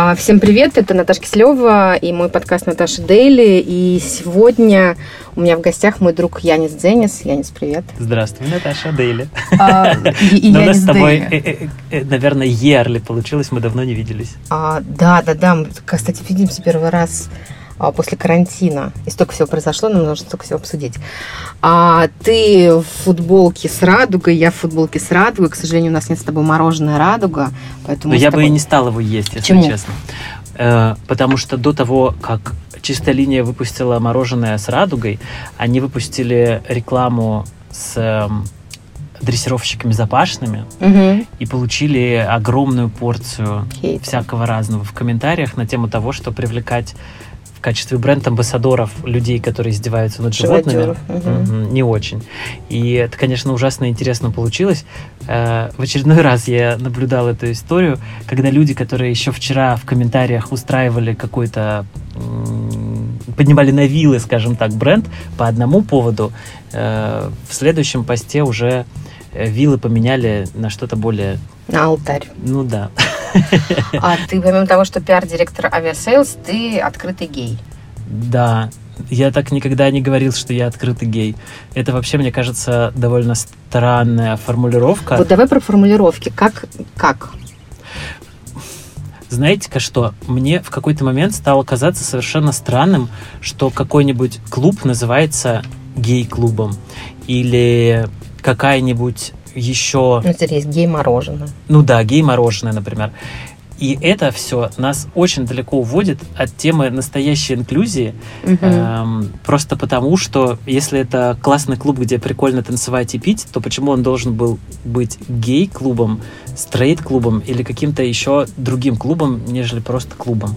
Всем привет, это Наташа Киселева и мой подкаст «Наташа Дейли». И сегодня у меня в гостях мой друг Янис Дзенис. Янис, привет. Здравствуй, Наташа Дейли. И Но у нас Янис с тобой, Дейли. наверное, Ерли получилось, мы давно не виделись. Да. Мы, кстати, видимся первый раз после карантина. И столько всего произошло, нам нужно столько всего обсудить. Ты в футболке с радугой, я в футболке с радугой. К сожалению, у нас нет с тобой мороженое радуга. Поэтому но я бы и не стал его есть, если Почему? честно. Потому что до того, как «Чистая линия» выпустила мороженое с радугой, они выпустили рекламу с дрессировщиками запашными и получили огромную порцию всякого разного в комментариях на тему того, что привлекать в качестве бренд-амбассадоров людей, которые издеваются над животными, не очень. И это, конечно, ужасно интересно получилось. В очередной раз я наблюдал эту историю, когда люди, которые еще вчера в комментариях устраивали какой-то, поднимали на вилы, скажем так, бренд по одному поводу, в следующем посте уже вилы поменяли на что-то более... На алтарь. Ну да. А ты, помимо того, что пиар-директор Aviasales, ты открытый гей. Да, я так никогда не говорил, что я открытый гей. Это вообще, мне кажется, довольно странная формулировка. Вот давай про формулировки. Как? Знаете-ка что? Мне в какой-то момент стало казаться совершенно странным, что какой-нибудь клуб называется гей-клубом. Или какая-нибудь еще... Ну, здесь есть гей-мороженое. Ну да, гей-мороженое, например. И это все нас очень далеко уводит от темы настоящей инклюзии, просто потому, что если это классный клуб, где прикольно танцевать и пить, то почему он должен был быть гей-клубом, стрейт-клубом или каким-то еще другим клубом, нежели просто клубом?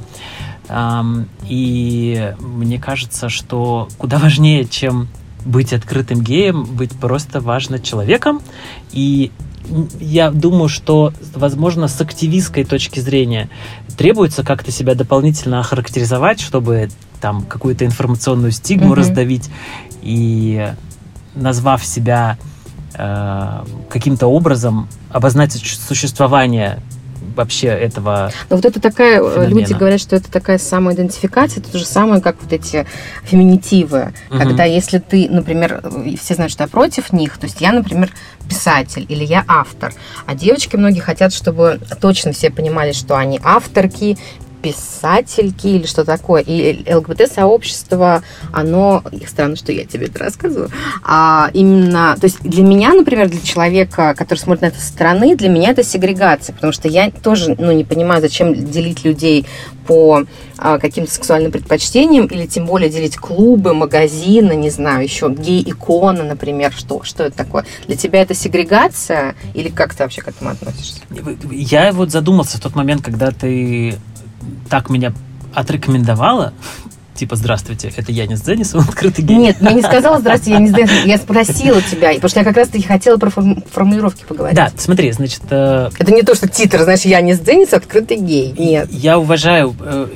И мне кажется, что куда важнее, чем быть открытым геем, быть просто важно человеком. И я думаю, что, возможно, с активистской точки зрения требуется как-то себя дополнительно охарактеризовать, чтобы там какую-то информационную стигму раздавить, и назвав себя каким-то образом, обозначить существование вообще этого. Но вот это такая, феномена. Люди говорят, что это такая самоидентификация, это то же самое, как вот эти феминитивы, когда если ты, например, все знают, что я против них, то есть я, например, писатель или я автор, а девочки многие хотят, чтобы точно все понимали, что они авторки, писательки или что такое. И ЛГБТ-сообщество, оно... Странно, что я тебе это рассказываю. Именно... То есть для меня, например, для человека, который смотрит на это со стороны, для меня это сегрегация, потому что я тоже не понимаю, зачем делить людей по каким-то сексуальным предпочтениям или тем более делить клубы, магазины, не знаю, еще гей-иконы, например. Что это такое? Для тебя это сегрегация или как ты вообще к этому относишься? Я вот задумался в тот момент, когда ты так меня отрекомендовала, типа, здравствуйте, это Янис Дзенис, он открытый гей. Нет, я не сказала здравствуйте, Янис Дзенис, я спросила тебя, потому что я как раз-таки хотела про формулировки поговорить. Да, смотри, значит... Это не то, что титр, знаешь, Янис Дзенис, открытый гей, нет. Я уважаю,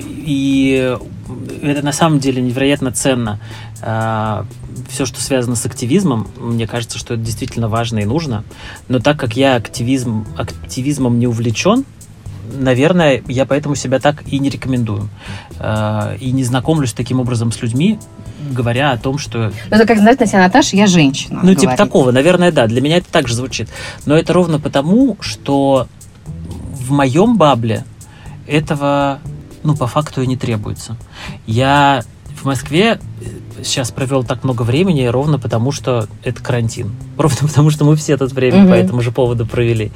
и это на самом деле невероятно ценно, все, что связано с активизмом. Мне кажется, что это действительно важно и нужно, но так как я активизмом не увлечен, наверное, я поэтому себя так и не рекомендую. И не знакомлюсь таким образом с людьми, говоря о том, что... Ну, это как знать на себя Наташа, я женщина. Ну, типа такого, наверное, да. Для меня это так же звучит. Но это ровно потому, что в моем бабле этого, по факту и не требуется. Я в Москве сейчас провел так много времени ровно потому, что это карантин. Ровно потому, что мы все это время по этому же поводу провели.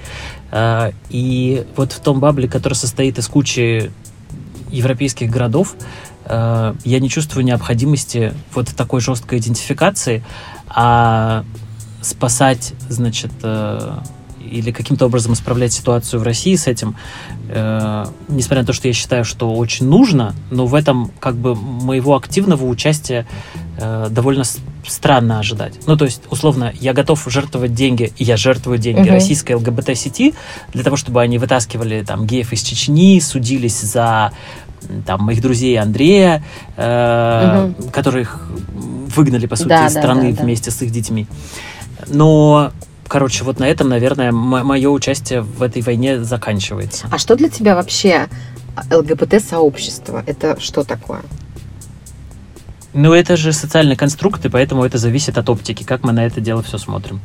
И вот в том бабле, который состоит из кучи европейских городов, я не чувствую необходимости вот такой жесткой идентификации, а спасать, значит, или каким-то образом исправлять ситуацию в России с этим, несмотря на то, что я считаю, что очень нужно, но в этом как бы моего активного участия довольно странно ожидать. Ну, то есть, условно, я готов жертвовать деньги, и я жертвую деньги российской ЛГБТ-сети для того, чтобы они вытаскивали там геев из Чечни, судились за там моих друзей Андрея, которых выгнали, по сути, из страны вместе с их детьми. Но короче, вот на этом, наверное, мое участие в этой войне заканчивается. А что для тебя вообще ЛГБТ-сообщество. Это что такое? Ну, это же социальный конструкт, и поэтому это зависит от оптики, как мы на это дело все смотрим.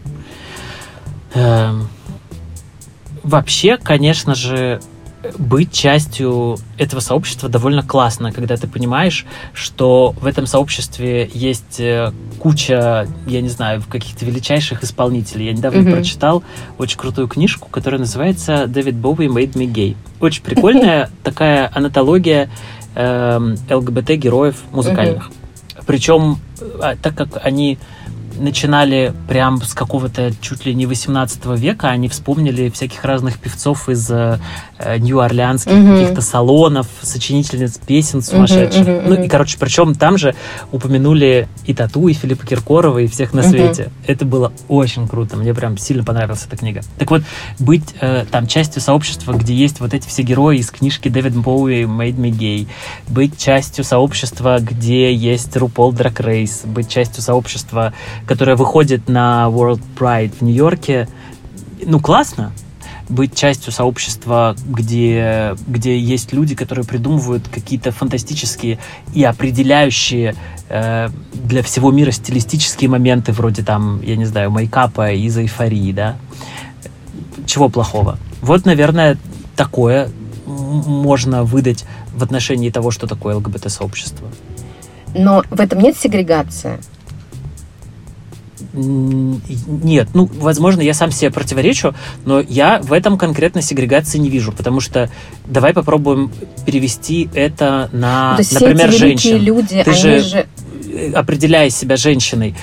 Вообще, конечно же, быть частью этого сообщества довольно классно, когда ты понимаешь, что в этом сообществе есть куча, я не знаю, каких-то величайших исполнителей. Я недавно прочитал очень крутую книжку, которая называется «David Bowie made me gay». Очень прикольная такая анатология ЛГБТ-героев музыкальных. Причем, так как они начинали прям с какого-то чуть ли не 18 века, они вспомнили всяких разных певцов из нью-орлеанских каких-то салонов, сочинительниц песен сумасшедших. Ну и, короче, причем там же упомянули и Тату, и Филиппа Киркорова, и всех на свете. Это было очень круто. Мне прям сильно понравилась эта книга. Так вот, быть там частью сообщества, где есть вот эти все герои из книжки «Дэвид Боуи made me gay», быть частью сообщества, где есть RuPaul Drag Race, быть частью сообщества, которая выходит на World Pride в Нью-Йорке, ну, классно. Быть частью сообщества, где есть люди, которые придумывают какие-то фантастические и определяющие для всего мира стилистические моменты, вроде там, я не знаю, мейкапа из «Эйфории», да? Чего плохого? Вот, наверное, такое можно выдать в отношении того, что такое ЛГБТ-сообщество. Но в этом нет сегрегации? Нет, ну, возможно, я сам себе противоречу, но я в этом конкретно сегрегации не вижу, потому что давай попробуем перевести это на, то есть например, все эти женщин. Люди, Ты они же, определяя себя женщиной,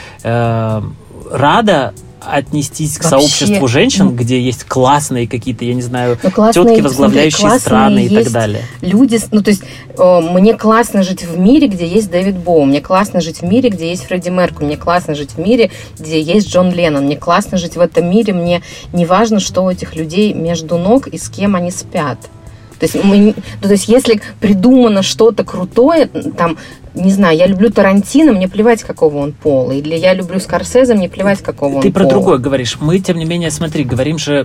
рада отнестись к сообществу женщин, где есть классные какие-то, я не знаю, тетки, возглавляющие страны и так далее. Люди, ну, то есть мне классно жить в мире, где есть Дэвид Боу, мне классно жить в мире, где есть Фредди Меркьюри, мне классно жить в мире, где есть Джон Леннон, мне классно жить в этом мире, мне не важно, что у этих людей между ног и с кем они спят. То есть если придумано что-то крутое, там, не знаю, я люблю Тарантино, мне плевать, какого он пола. Или я люблю Скорсезе, мне плевать, какого он пола. Ты про другое говоришь. Мы, тем не менее, смотри, говорим же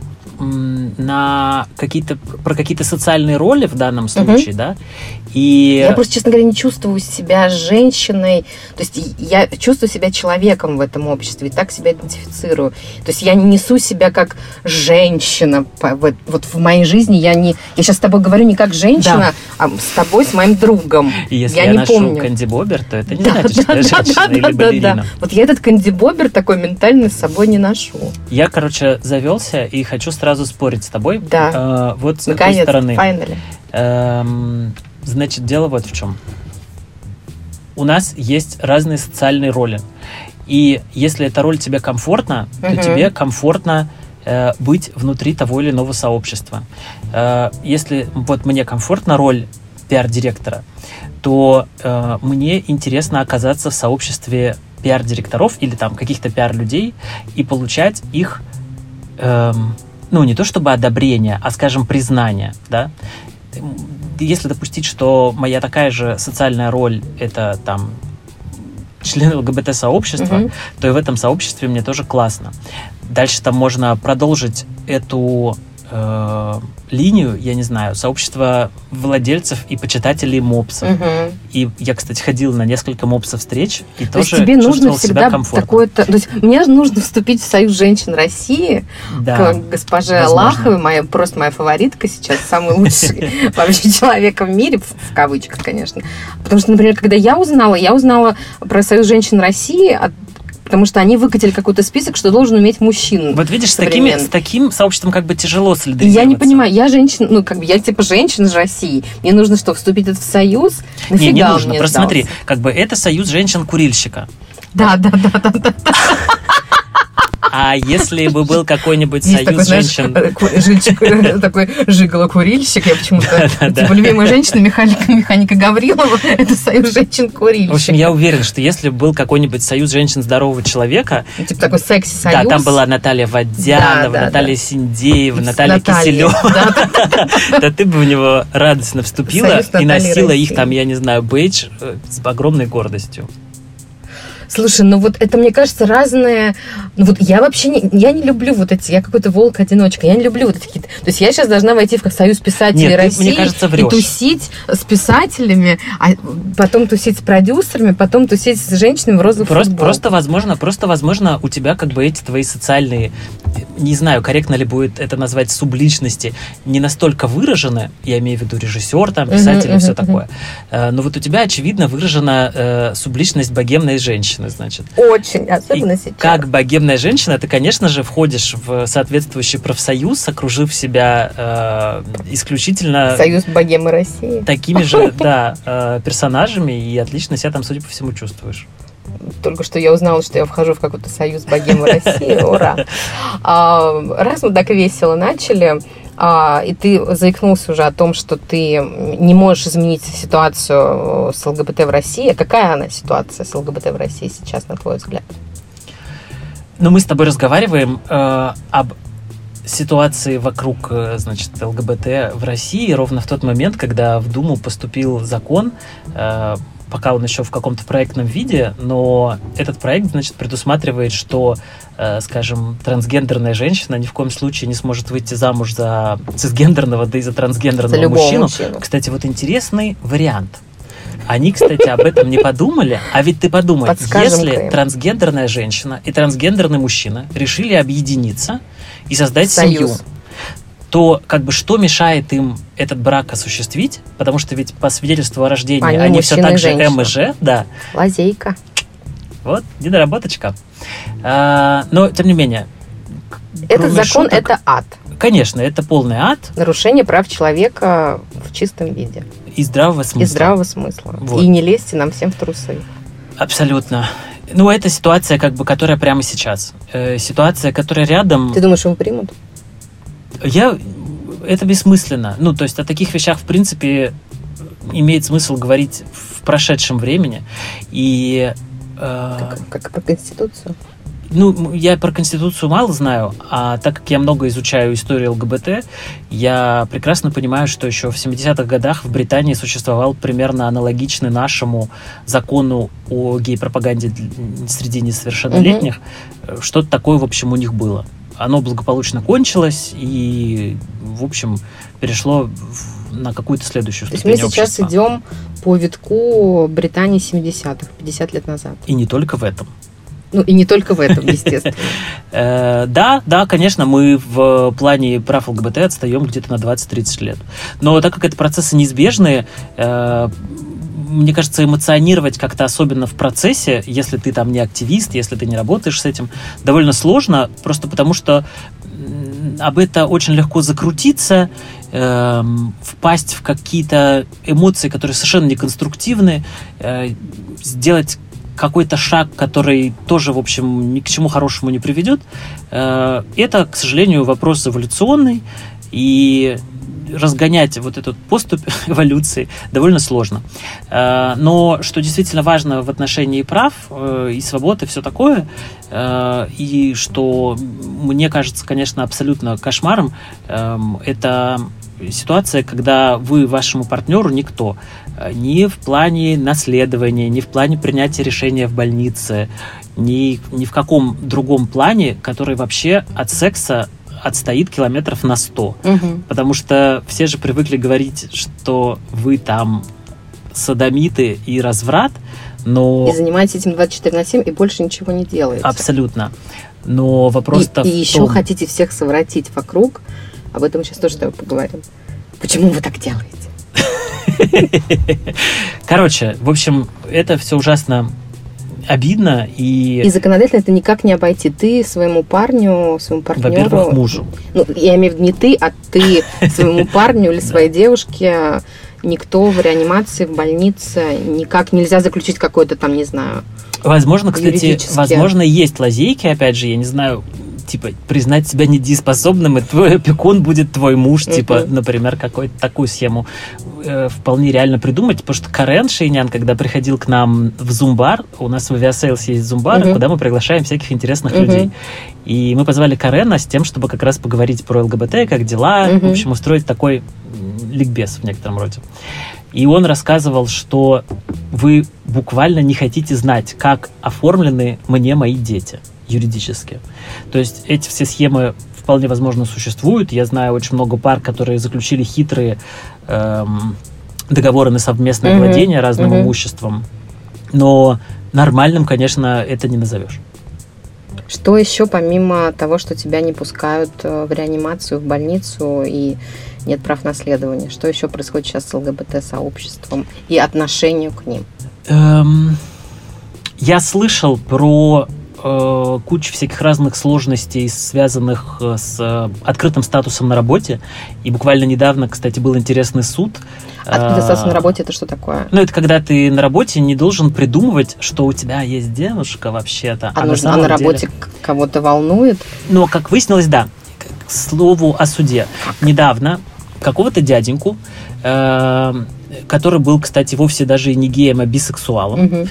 про какие-то социальные роли в данном случае, да? И... Я просто, честно говоря, не чувствую себя женщиной. То есть я чувствую себя человеком в этом обществе и так себя идентифицирую. То есть я не несу себя как женщина. Вот в моей жизни я сейчас с тобой говорю не как женщина, а с тобой, с моим другом. И если я ношу кандибобер, то это не значит, что я женщина или балерина. Вот я этот кандибобер такой ментальный с собой не ношу. Я, короче, завелся и хочу сразу спорить с тобой. Да. Вот с какой стороны. Finally. Значит, дело вот в чем. У нас есть разные социальные роли. И если эта роль тебе комфортна, то тебе комфортно быть внутри того или иного сообщества. Если вот мне комфортна роль пиар-директора, то мне интересно оказаться в сообществе пиар-директоров или там каких-то пиар-людей и получать их, ну, не то чтобы одобрение, а, скажем, признание, да. Если допустить, что моя такая же социальная роль — это там член ЛГБТ-сообщества, то и в этом сообществе мне тоже классно. Дальше там можно продолжить эту линию, я не знаю, сообщество владельцев и почитателей мопсов. И я, кстати, ходил на несколько мопсов-встреч и то тоже тебе чувствовал нужно себя комфортно. То есть мне нужно вступить в Союз женщин России, к госпоже Лаховой, моя фаворитка сейчас, самый лучший вообще человек в мире, в кавычках, конечно. Потому что, например, когда я узнала про Союз женщин России потому что они выкатили какой-то список, что должен уметь мужчина. Вот видишь, с таким сообществом как бы тяжело солидаризироваться. Я не понимаю, я женщина, я типа женщина из России. Мне нужно что, вступить в союз? Нафига не нужно. Мне просто смотри, как бы это союз женщин-курильщика. Да. А если бы был какой-нибудь союз женщин... Такой жиголо-курильщик, я почему-то... Типа любимая женщина, механика Гаврилова, это союз женщин-курильщик. В общем, я уверен, что если бы был какой-нибудь союз женщин здорового человека... Типа такой секси-союз. Да, там была Наталья Водянова, Наталья Синдеева, Наталья Киселева. Да ты бы в него радостно вступила и носила их там, я не знаю, бейдж с огромной гордостью. Слушай, ну вот это, мне кажется, разные... Ну вот я вообще не люблю вот эти... Я какой-то волк-одиночка. Я не люблю вот такие... То есть я сейчас должна войти в Союз писателей России, мне кажется, и тусить с писателями, а потом тусить с продюсерами, потом тусить с женщинами в розовых футболках. Просто, возможно, у тебя как бы эти твои социальные... Не знаю, корректно ли будет это назвать субличности, не настолько выражены, я имею в виду режиссер, там, писатель и все такое. Но вот у тебя, очевидно, выражена субличность богемной женщины, значит. Очень, особенно сейчас. Как богемная женщина, ты, конечно же, входишь в соответствующий профсоюз, окружив себя исключительно... Союз богемы России. Такими же, да, персонажами, и отлично себя там, судя по всему, чувствуешь. Только что я узнала, что я вхожу в какой-то союз богемы России. Ура! Раз мы так весело начали, и ты заикнулся уже о том, что ты не можешь изменить ситуацию с ЛГБТ в России. Какая она ситуация с ЛГБТ в России сейчас, на твой взгляд? Ну, мы с тобой разговариваем об ситуации вокруг, значит, ЛГБТ в России ровно в тот момент, когда в Думу поступил закон, пока он еще в каком-то проектном виде, но этот проект, значит, предусматривает, что, скажем, трансгендерная женщина ни в коем случае не сможет выйти замуж за цисгендерного, да и за трансгендерного мужчину. Кстати, вот интересный вариант. Они, кстати, об этом не подумали, а ведь ты подумай, если трансгендерная женщина и трансгендерный мужчина решили объединиться и создать семью, то как бы что мешает им этот брак осуществить? Потому что ведь по свидетельству о рождении они все так же М и Ж, да. Лазейка. Вот, недоработочка. Но, тем не менее... Этот закон – это ад. Конечно, это полный ад. Нарушение прав человека в чистом виде. И здравого смысла. И здравого смысла. Вот. И не лезьте нам всем в трусы. Абсолютно. Ну, это ситуация, как бы, которая прямо сейчас. Ситуация, которая рядом... Ты думаешь, его примут? Это бессмысленно. Ну, то есть о таких вещах, в принципе, имеет смысл говорить в прошедшем времени. И... Как про Конституцию? Ну, я про Конституцию мало знаю, а так как я много изучаю историю ЛГБТ, я прекрасно понимаю, что еще в 70-х годах в Британии существовал примерно аналогичный нашему закону о гей-пропаганде среди несовершеннолетних. Что-то такое, в общем, у них было. Оно благополучно кончилось и, в общем, перешло на какую-то следующую ступень общества. То есть мы сейчас идем по витку Британии 70-х, 50 лет назад. И не только в этом. Ну, и не только в этом, естественно. Да, конечно, мы в плане прав ЛГБТ отстаем где-то на 20-30 лет. Но так как это процессы неизбежные, мне кажется, эмоционировать как-то особенно в процессе, если ты там не активист, если ты не работаешь с этим, довольно сложно, просто потому что об это очень легко закрутиться, впасть в какие-то эмоции, которые совершенно неконструктивны, сделать какой-то шаг, который тоже, в общем, ни к чему хорошему не приведет. Это, к сожалению, вопрос эволюционный, и разгонять вот этот поступь эволюции довольно сложно. Но что действительно важно в отношении прав и свобод и все такое, и что мне кажется, конечно, абсолютно кошмаром, это ситуация, когда вы вашему партнеру никто. Ни в плане наследования, ни в плане принятия решения в больнице, ни в каком другом плане, который вообще от секса отстоит километров на 100. Потому что все же привыкли говорить, что вы там содомиты и разврат, но... И занимаетесь этим 24/7 и больше ничего не делаете. Абсолютно. Но вопрос-то и еще хотите всех совратить вокруг. Об этом мы сейчас тоже с тобой поговорим. Почему вы так делаете? Короче, в общем, это все ужасно обидно. И законодательно это никак не обойти. Ты своему партнеру... Во-первых, мужу. Ну, я имею в виду не ты, а ты своему парню или своей девушке. Никто в реанимации, в больнице. Никак нельзя заключить какой-то там, не знаю... Возможно, кстати, возможно, есть лазейки, опять же, я не знаю, типа, признать себя недееспособным, и твой опекун будет твой муж, типа, например, какую-то такую схему вполне реально придумать, потому что Карен Шейнян, когда приходил к нам в Зумбар, у нас в Aviasales есть Зумбар, куда мы приглашаем всяких интересных людей. И мы позвали Карена с тем, чтобы как раз поговорить про ЛГБТ, как дела, в общем, устроить такой ликбез в некотором роде. И он рассказывал, что вы буквально не хотите знать, как оформлены мне мои дети юридически. То есть эти все схемы вполне возможно существуют. Я знаю очень много пар, которые заключили хитрые договоры на совместное владение разным имуществом. Но нормальным, конечно, это не назовешь. Что еще, помимо того, что тебя не пускают в реанимацию, в больницу и нет прав наследования? Что еще происходит сейчас с ЛГБТ-сообществом и отношению к ним? Я слышал про кучу всяких разных сложностей, связанных с открытым статусом на работе. И буквально недавно, кстати, был интересный суд. Открытый статус на работе — это что такое? Ну, это когда ты на работе не должен придумывать, что у тебя есть девушка вообще-то. А на работе кого-то волнует? Ну, как выяснилось, да. К слову о суде. Недавно какого-то дяденьку, который был, кстати, вовсе даже и не геем, а бисексуалом,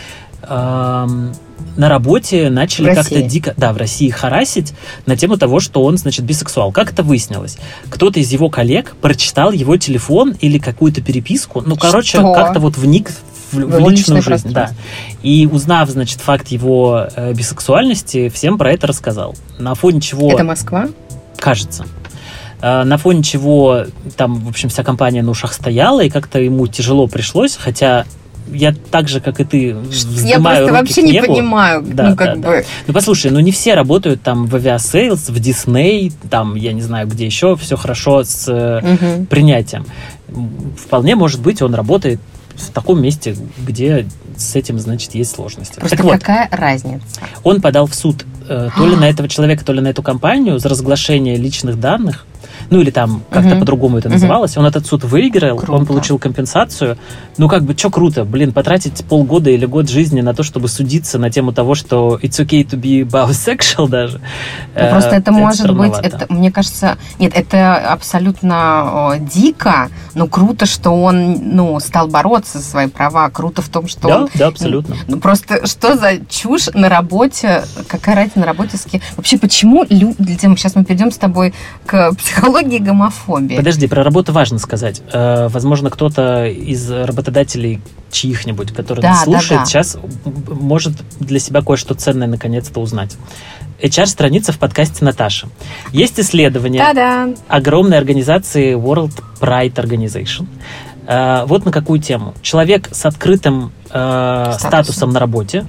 на работе начали как-то дико, в России харасить на тему того, что он, значит, бисексуал. Как это выяснилось? Кто-то из его коллег прочитал его телефон или какую-то переписку, как-то вот вник в личную жизнь. Да. И узнав, значит, факт его бисексуальности, всем про это рассказал. На фоне чего... Это Москва? Кажется. На фоне чего там, в общем, вся компания на ушах стояла, и как-то ему тяжело пришлось, хотя... Я так же, как и ты, вздымаю руки вообще к небу. Не понимаю. Да. Ну, послушай, не все работают там в авиасейлс, в Дисней, там, я не знаю, где еще, все хорошо с принятием. Вполне может быть, он работает в таком месте, где с этим, значит, есть сложности. Просто так какая разница? Он подал в суд то ли на этого человека, то ли на эту компанию за разглашение личных данных. Ну, или там как-то по-другому это называлось. Он этот суд выиграл, он получил компенсацию. Ну, что круто, потратить полгода или год жизни на то, чтобы судиться на тему того, что it's okay to be bisexual даже. Просто это может быть, мне кажется, нет, это абсолютно дико, но круто, что он, стал бороться за свои права. Круто в том, что он... Да, абсолютно. Просто что за чушь на работе, какая разница на работе с кем? Вообще, почему людям... Сейчас мы перейдем с тобой к психологии гомофобии. Подожди, про работу важно сказать. Возможно, кто-то из работодателей чьих-нибудь, который нас слушает, сейчас может для себя кое-что ценное наконец-то узнать. HR-страница в подкасте Наташи. Есть исследование огромной организации World Pride Organization. Вот на какую тему. Человек с открытым статусом на работе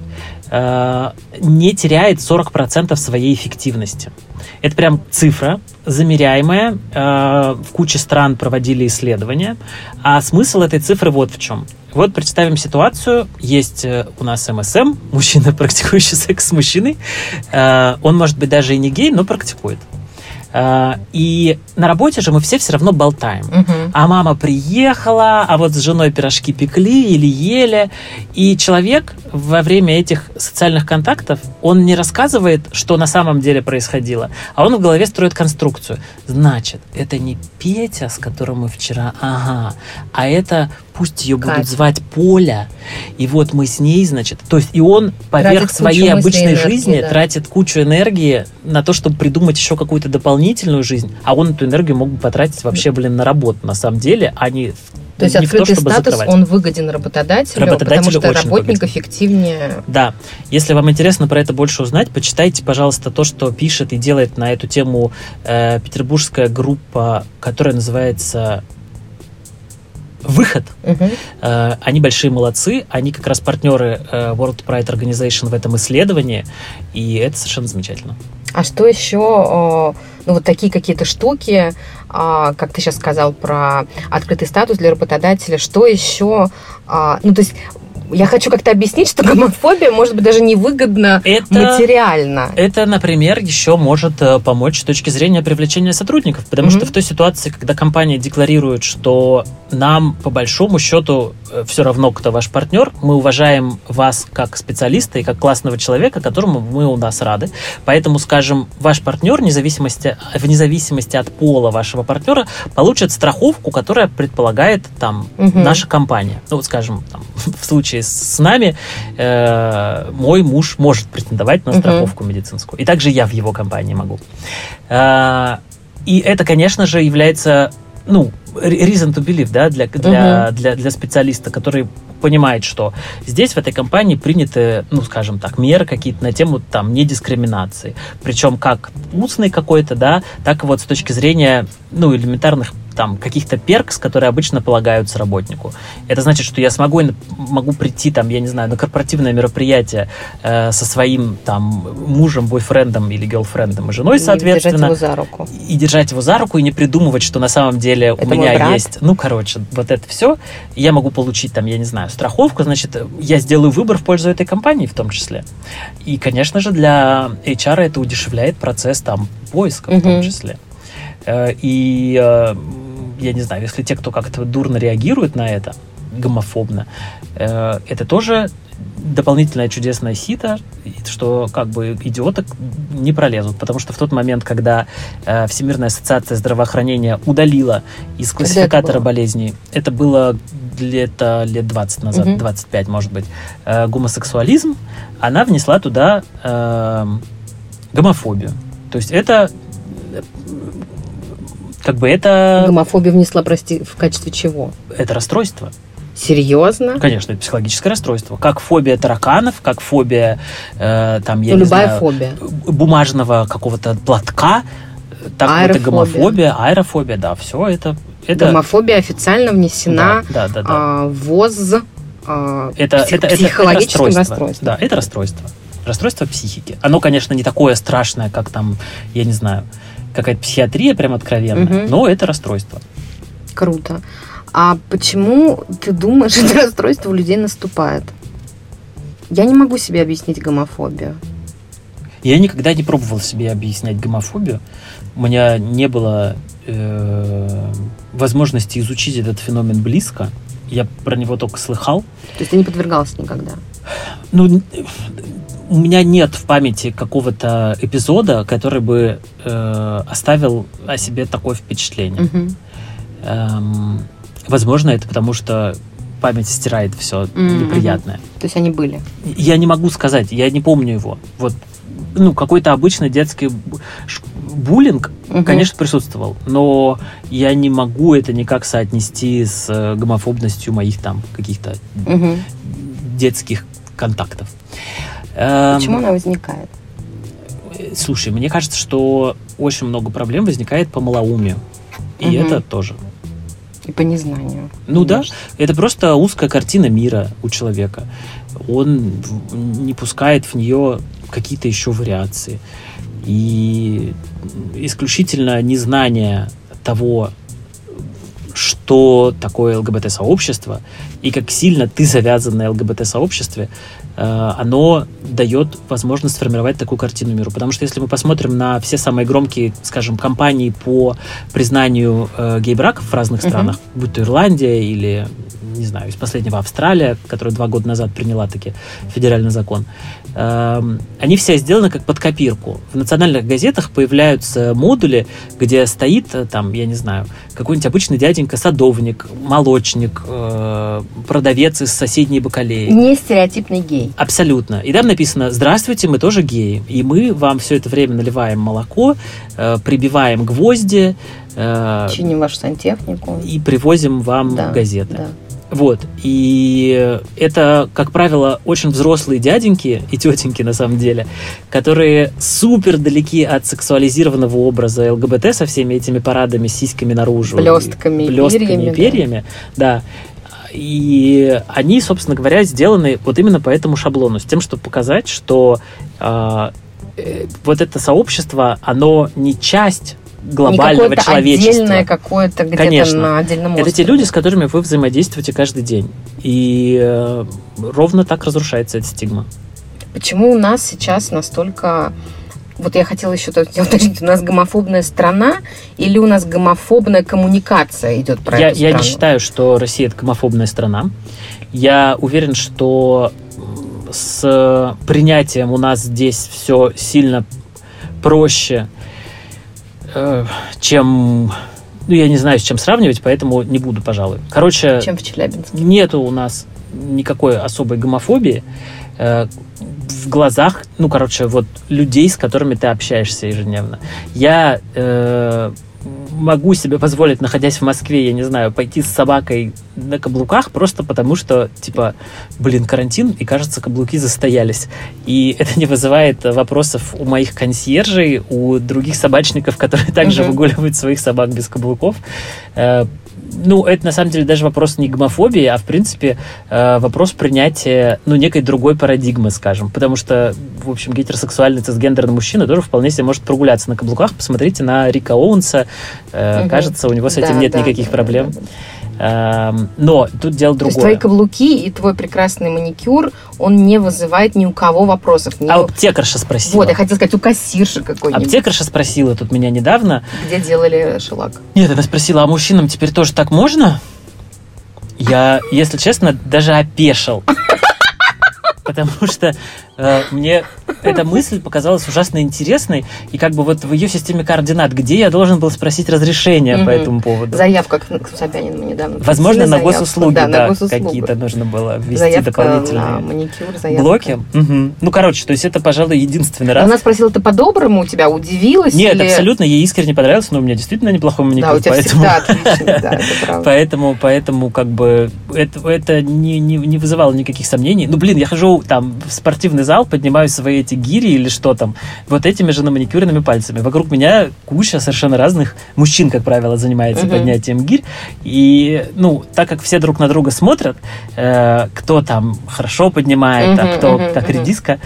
не теряет 40% своей эффективности. Это прям цифра, замеряемая. В куче стран проводили исследования. А смысл этой цифры вот в чем. Вот представим ситуацию. Есть у нас МСМ, мужчина, практикующий секс с мужчиной. Он, может быть, даже и не гей, но практикует. И на работе же мы все равно болтаем. А мама приехала, а вот с женой пирожки пекли или ели. И человек во время этих социальных контактов, он не рассказывает, что на самом деле происходило, а он в голове строит конструкцию. Значит, это не Петя, с которым мы вчера, а это пусть ее будут звать Поля, и вот мы с ней, значит... То есть и он поверх своей обычной жизни тратит кучу энергии на то, чтобы придумать еще какую-то дополнительную жизнь, а он эту энергию мог бы потратить вообще, на работу, на самом деле, а не... То есть открытый статус, он выгоден работодателю, потому что работник эффективнее. Да. Если вам интересно про это больше узнать, почитайте, пожалуйста, то, что пишет и делает на эту тему петербургская группа, которая называется «Выход». Они большие молодцы, они как раз партнеры World Pride Organization в этом исследовании, и это совершенно замечательно. А что еще, вот такие какие-то штуки, как ты сейчас сказал про открытый статус для работодателя, что еще, то есть я хочу как-то объяснить, что гомофобия может быть даже невыгодна материально. Это, например, еще может помочь с точки зрения привлечения сотрудников, потому что в той ситуации, когда компания декларирует, что нам по большому счету все равно, кто ваш партнер, мы уважаем вас как специалиста и как классного человека, которому мы у нас рады, поэтому, скажем, ваш партнер, вне зависимости от пола вашего партнера, получит страховку, которая предполагает наша компания. Ну, вот, скажем, в случае с нами мой муж может претендовать на страховку медицинскую. И также я в его компании могу. И это, конечно же, является reason to believe, да, для специалиста, который понимает, что здесь в этой компании приняты, ну, скажем так, меры какие-то на тему там недискриминации. Причем как устной какой-то, да, так и вот с точки зрения, ну, элементарных там каких-то перкс, которые обычно полагаются работнику. Это значит, что я могу прийти там, я не знаю, на корпоративное мероприятие со своим там мужем, бойфрендом или герлфрендом и женой, соответственно. И держать его за руку, и не придумывать, что на самом деле у меня есть, ну, короче, вот это все. Я могу получить там, я не знаю, страховку, значит, я сделаю выбор в пользу этой компании в том числе. И, конечно же, для HR это удешевляет процесс там поиска в том числе. И я не знаю, если те, кто как-то дурно реагирует на это, гомофобно, это тоже дополнительное чудесное сито, что как бы идиоты не пролезут. Потому что в тот момент, когда Всемирная ассоциация здравоохранения удалила из классификатора болезней, это было лет 20 назад, 25, может быть, гомосексуализм, она внесла туда гомофобию. То есть это как бы это... Гомофобию внесла, прости, в качестве чего? Это расстройство. Серьезно? Конечно, это психологическое расстройство. Как фобия тараканов, как фобия там, я не знаю, фобия. Бумажного какого-то платка, так вот и гомофобия, аэрофобия, да, все это... Гомофобия официально внесена в ВОЗ психологическим расстройством. Да, это расстройство. Расстройство психики. Оно, конечно, не такое страшное, как там, я не знаю, какая-то психиатрия прям откровенная, но это расстройство. Круто. А почему ты думаешь, что это расстройство у людей наступает? Я не могу себе объяснить гомофобию. Я никогда не пробовал себе объяснять гомофобию. У меня не было возможности изучить этот феномен близко. Я про него только слыхал. То есть ты не подвергался никогда? Ну, у меня нет в памяти какого-то эпизода, который бы оставил о себе такое впечатление. Возможно, это потому, что память стирает все неприятное. То есть они были? Я не могу сказать, я не помню его. Вот, ну, какой-то обычный детский буллинг, конечно, присутствовал, но я не могу это никак соотнести с гомофобностью моих там каких-то детских контактов. Почему она возникает? Слушай, мне кажется, что очень много проблем возникает по малоумию. И это тоже. И по незнанию. Ну да, это просто узкая картина мира у человека. Он не пускает в нее какие-то еще вариации. И исключительно незнание того, что такое ЛГБТ-сообщество и как сильно ты завязан на ЛГБТ-сообществе, оно дает возможность сформировать такую картину миру. Потому что если мы посмотрим на все самые громкие, скажем, кампании по признанию гей-браков в разных странах, будь то Ирландия или, не знаю, из последнего Австралия, которая 2 года назад приняла таки федеральный закон, они все сделаны как под копирку. В национальных газетах появляются модули, где стоит, там, я не знаю, какой-нибудь обычный дяденька, садовник, молочник, продавец из соседней бакалеи. Не стереотипный гей. Абсолютно. И там написано: «Здравствуйте, мы тоже геи, и мы вам все это время наливаем молоко, прибиваем гвозди, чиним вашу сантехнику и привозим вам газеты». Да. Вот. И это, как правило, очень взрослые дяденьки и тетеньки, на самом деле, которые супер далеки от сексуализированного образа ЛГБТ со всеми этими парадами, сиськами наружу. Блестками и перьями. Да. И они, собственно говоря, сделаны вот именно по этому шаблону, с тем, чтобы показать, что вот это сообщество, оно не часть глобального человечества. Отдельное какое-то где-то Конечно. На отдельном острове. Это те люди, с которыми вы взаимодействуете каждый день. И ровно так разрушается эта стигма. Почему у нас сейчас настолько... Вот я хотела еще уточнить, у нас гомофобная страна или у нас гомофобная коммуникация идет про эту страну? Я не считаю, что Россия – это гомофобная страна. Я уверен, что с принятием у нас здесь все сильно проще, чем... Ну, я не знаю, с чем сравнивать, поэтому не буду, пожалуй. Короче, чем в Челябинске? Нету у нас никакой особой гомофобии в глазах, ну, короче, вот людей, с которыми ты общаешься ежедневно. Я могу себе позволить, находясь в Москве, я не знаю, пойти с собакой на каблуках просто потому, что, типа, карантин, и, кажется, каблуки застоялись. И это не вызывает вопросов у моих консьержей, у других собачников, которые также выгуливают своих собак без каблуков. Это на самом деле даже вопрос не гомофобии, а в принципе вопрос принятия некой другой парадигмы, скажем. Потому что, в общем, гетеросексуальный цисгендерный мужчина тоже вполне себе может прогуляться на каблуках. Посмотрите на Рика Оуэнса. Кажется, у него с этим нет никаких проблем. Но тут дело другое. То есть твои каблуки и твой прекрасный маникюр, он не вызывает ни у кого вопросов. Аптекарша спросила. Вот, я хотела сказать, у кассирши какой-нибудь. Аптекарша спросила тут меня недавно. Где делали шелак? Нет, она спросила, а мужчинам теперь тоже так можно? Я, если честно, даже опешил. Потому что мне эта мысль показалась ужасно интересной, и как бы вот в ее системе координат, где я должен был спросить разрешение по этому поводу. Заявка к Собянину недавно. Возможно, на госуслуги, какие-то нужно было ввести заявка дополнительные на маникюр, блоки. То есть это, пожалуй, единственный раз. Она спросила, ты по-доброму у тебя, удивилась? Нет, абсолютно, ей искренне понравилось, но у меня действительно неплохой маникюр. Да, у тебя всегда отлично, да, это правда. Поэтому как бы это не вызывало никаких сомнений. Я хожу там в спортивный зал, поднимаю свои эти гири или что там, вот этими же наманикюренными пальцами. Вокруг меня куча совершенно разных мужчин, как правило, занимается поднятием гирь. И, так как все друг на друга смотрят, кто там хорошо поднимает, а кто как редиска,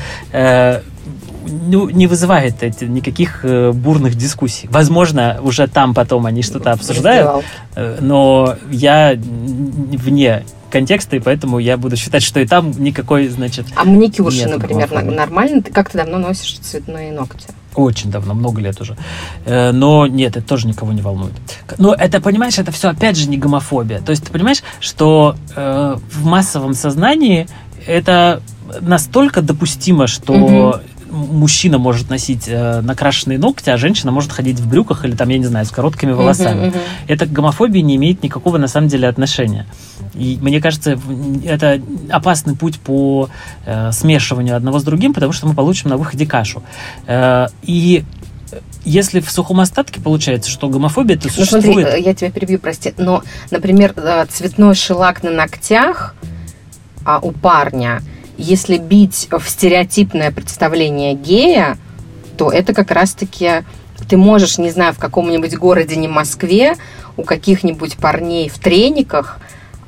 не вызывает никаких бурных дискуссий. Возможно, уже там потом они что-то обсуждают, но я вне контекста, и поэтому я буду считать, что и там никакой, значит... А маникюрши, например, нормально? Ты как-то давно носишь цветные ногти? Очень давно, много лет уже. Но нет, это тоже никого не волнует. Но это, понимаешь, это все опять же не гомофобия. То есть ты понимаешь, что в массовом сознании это настолько допустимо, что мужчина может носить накрашенные ногти, а женщина может ходить в брюках или там, я не знаю, с короткими волосами. Это к гомофобии не имеет никакого на самом деле отношения. И мне кажется, это опасный путь по смешиванию одного с другим, потому что мы получим на выходе кашу. И если в сухом остатке получается, что гомофобия, то существует... Смотри, я тебя перебью, прости, но, например, цветной шелак на ногтях у парня, если бить в стереотипное представление гея, то это как раз-таки ты можешь, не знаю, в каком-нибудь городе, не Москве, у каких-нибудь парней в трениках,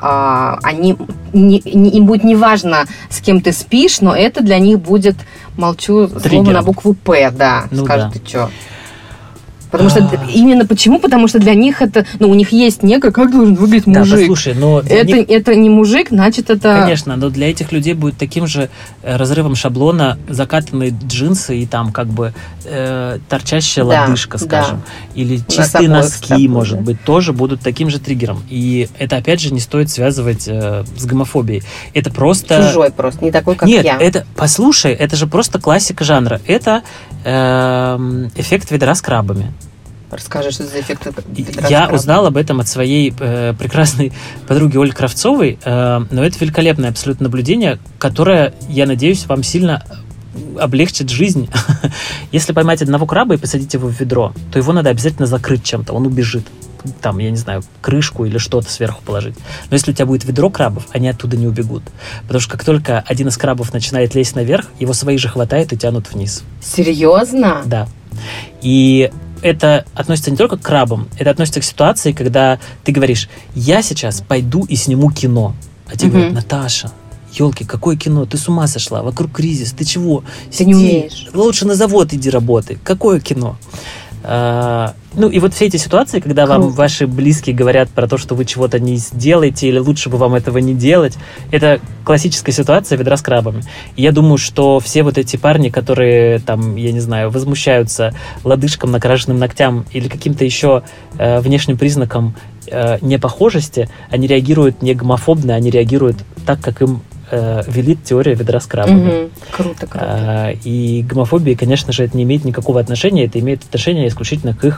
им будет неважно, с кем ты спишь, но это для них будет, молчу, слово на букву «П», да, скажут, ты что? Потому что именно почему? Потому что для них это, у них есть некое, как должен выглядеть мужик. Да, послушай, но это не мужик, значит это... Конечно, но для этих людей будет таким же разрывом шаблона закатанные джинсы и там как бы торчащая лодыжка, скажем, или чистые носки, может быть, тоже будут таким же триггером. И это, опять же, не стоит связывать с гомофобией. Это просто... Чужой просто, не такой, как я. Нет, это, послушай, это же просто классика жанра. Это эффект ведра с крабами. Расскажи, что за эффект ведра Я узнал об этом от своей прекрасной подруги Ольги Кравцовой, но это великолепное абсолютно наблюдение, которое, я надеюсь, вам сильно облегчит жизнь. Если поймать одного краба и посадить его в ведро, то его надо обязательно закрыть чем-то, он убежит. Там, я не знаю, крышку или что-то сверху положить. Но если у тебя будет ведро крабов, они оттуда не убегут. Потому что как только один из крабов начинает лезть наверх, его свои же хватают и тянут вниз. Серьезно? Да. И это относится не только к крабам, это относится к ситуации, когда ты говоришь, я сейчас пойду и сниму кино. А тебе говорят, Наташа, елки, какое кино? Ты с ума сошла? Вокруг кризис. Ты чего? Ты не умеешь. Лучше на завод иди работай. Какое кино? И вот все эти ситуации, когда вам ваши близкие говорят про то, что вы чего-то не сделаете или лучше бы вам этого не делать, это классическая ситуация ведра с крабами. И я думаю, что все вот эти парни, которые там, я не знаю, возмущаются лодыжкам, накрашенным ногтям или каким-то еще внешним признаком непохожести, они реагируют не гомофобно, они реагируют так, как им велит теория ведра с крабами. Круто, круто. И к гомофобии, конечно же, это не имеет никакого отношения, это имеет отношение исключительно к их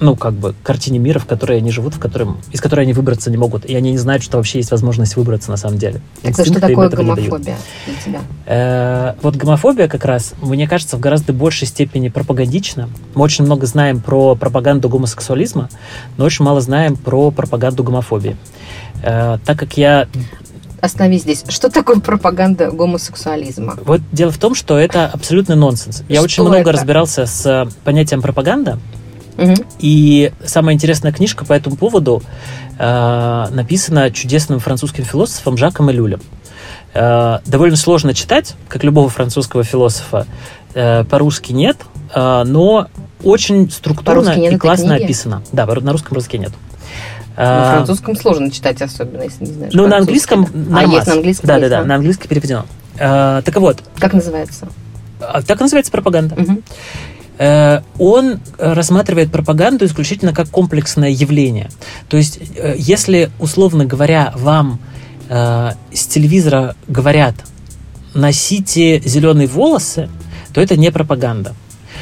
картине мира, в которой они живут, из которой они выбраться не могут. И они не знают, что вообще есть возможность выбраться на самом деле. Так что такое гомофобия для тебя? Вот гомофобия как раз, мне кажется, в гораздо большей степени пропагандична. Мы очень много знаем про пропаганду гомосексуализма, но очень мало знаем про пропаганду гомофобии. Так как я... Остановись здесь. Что такое пропаганда гомосексуализма? Вот дело в том, что это абсолютный нонсенс. Я очень много разбирался с понятием пропаганда. И самая интересная книжка по этому поводу написана чудесным французским философом Жаком Элюлем. Довольно сложно читать, как любого французского философа. По-русски нет, но очень структурно и классно описано. Да, на русском языке нет. На французском сложно читать, особенно, если не знаешь. Ну, на английском нормально. Есть на английском? Да, на английский переведено. Так вот. Как называется? Так называется пропаганда. Он рассматривает пропаганду исключительно как комплексное явление. То есть, если, условно говоря, вам с телевизора говорят «носите зеленые волосы», то это не пропаганда.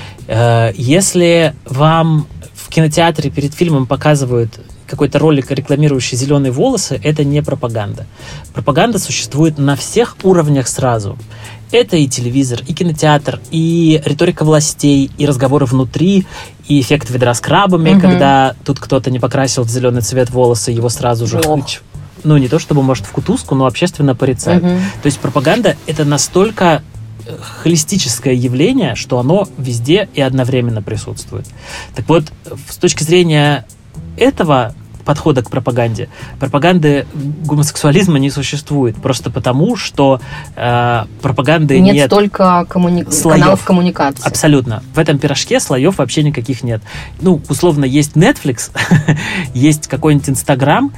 Если вам в кинотеатре перед фильмом показывают какой-то ролик, рекламирующий зеленые волосы, это не пропаганда. Пропаганда существует на всех уровнях сразу. Это и телевизор, и кинотеатр, и риторика властей, и разговоры внутри, и эффект ведра с крабами, когда тут кто-то не покрасил в зеленый цвет волосы, его сразу же не то чтобы, может, в кутузку, но общественно порицают. То есть пропаганда — это настолько холистическое явление, что оно везде и одновременно присутствует. Так вот, с точки зрения этого подхода к пропаганде, пропаганды гомосексуализма не существует, просто потому, что пропаганды нет столько каналов коммуникации. Абсолютно. В этом пирожке слоев вообще никаких нет. Условно, есть Netflix, есть какой-нибудь Instagram,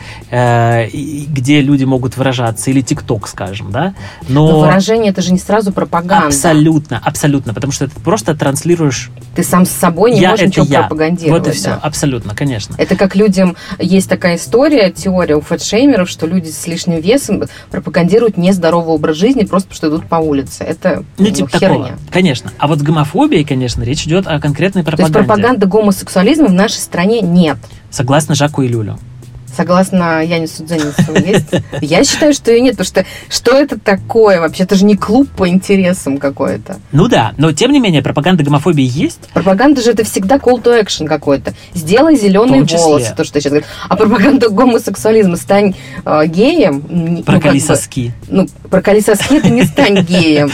где люди могут выражаться, или TikTok, скажем, да? Но выражение — это же не сразу пропаганда. Абсолютно, потому что ты просто транслируешь... Ты сам с собой не можешь ничего пропагандировать. Вот и все, абсолютно, конечно. Это как людям... Есть такая теория у фэтшеймеров, что люди с лишним весом пропагандируют нездоровый образ жизни просто потому, что идут по улице. Это херня. Такого. Конечно. А вот с гомофобией, конечно, речь идет о конкретной пропаганде. То есть пропаганды гомосексуализма в нашей стране нет. Согласно Жаку Элюлю. Согласно Янису Дзенису, есть? Я считаю, что ее нет, потому что это такое вообще? Это же не клуб по интересам какой-то. Ну да, но тем не менее пропаганда гомофобии есть. Пропаганда же это всегда call to action какой-то. Сделай зеленые волосы, то, что я сейчас говорю. А пропаганда гомосексуализма — стань геем. Проколи соски. Проколи соски — это не стань геем.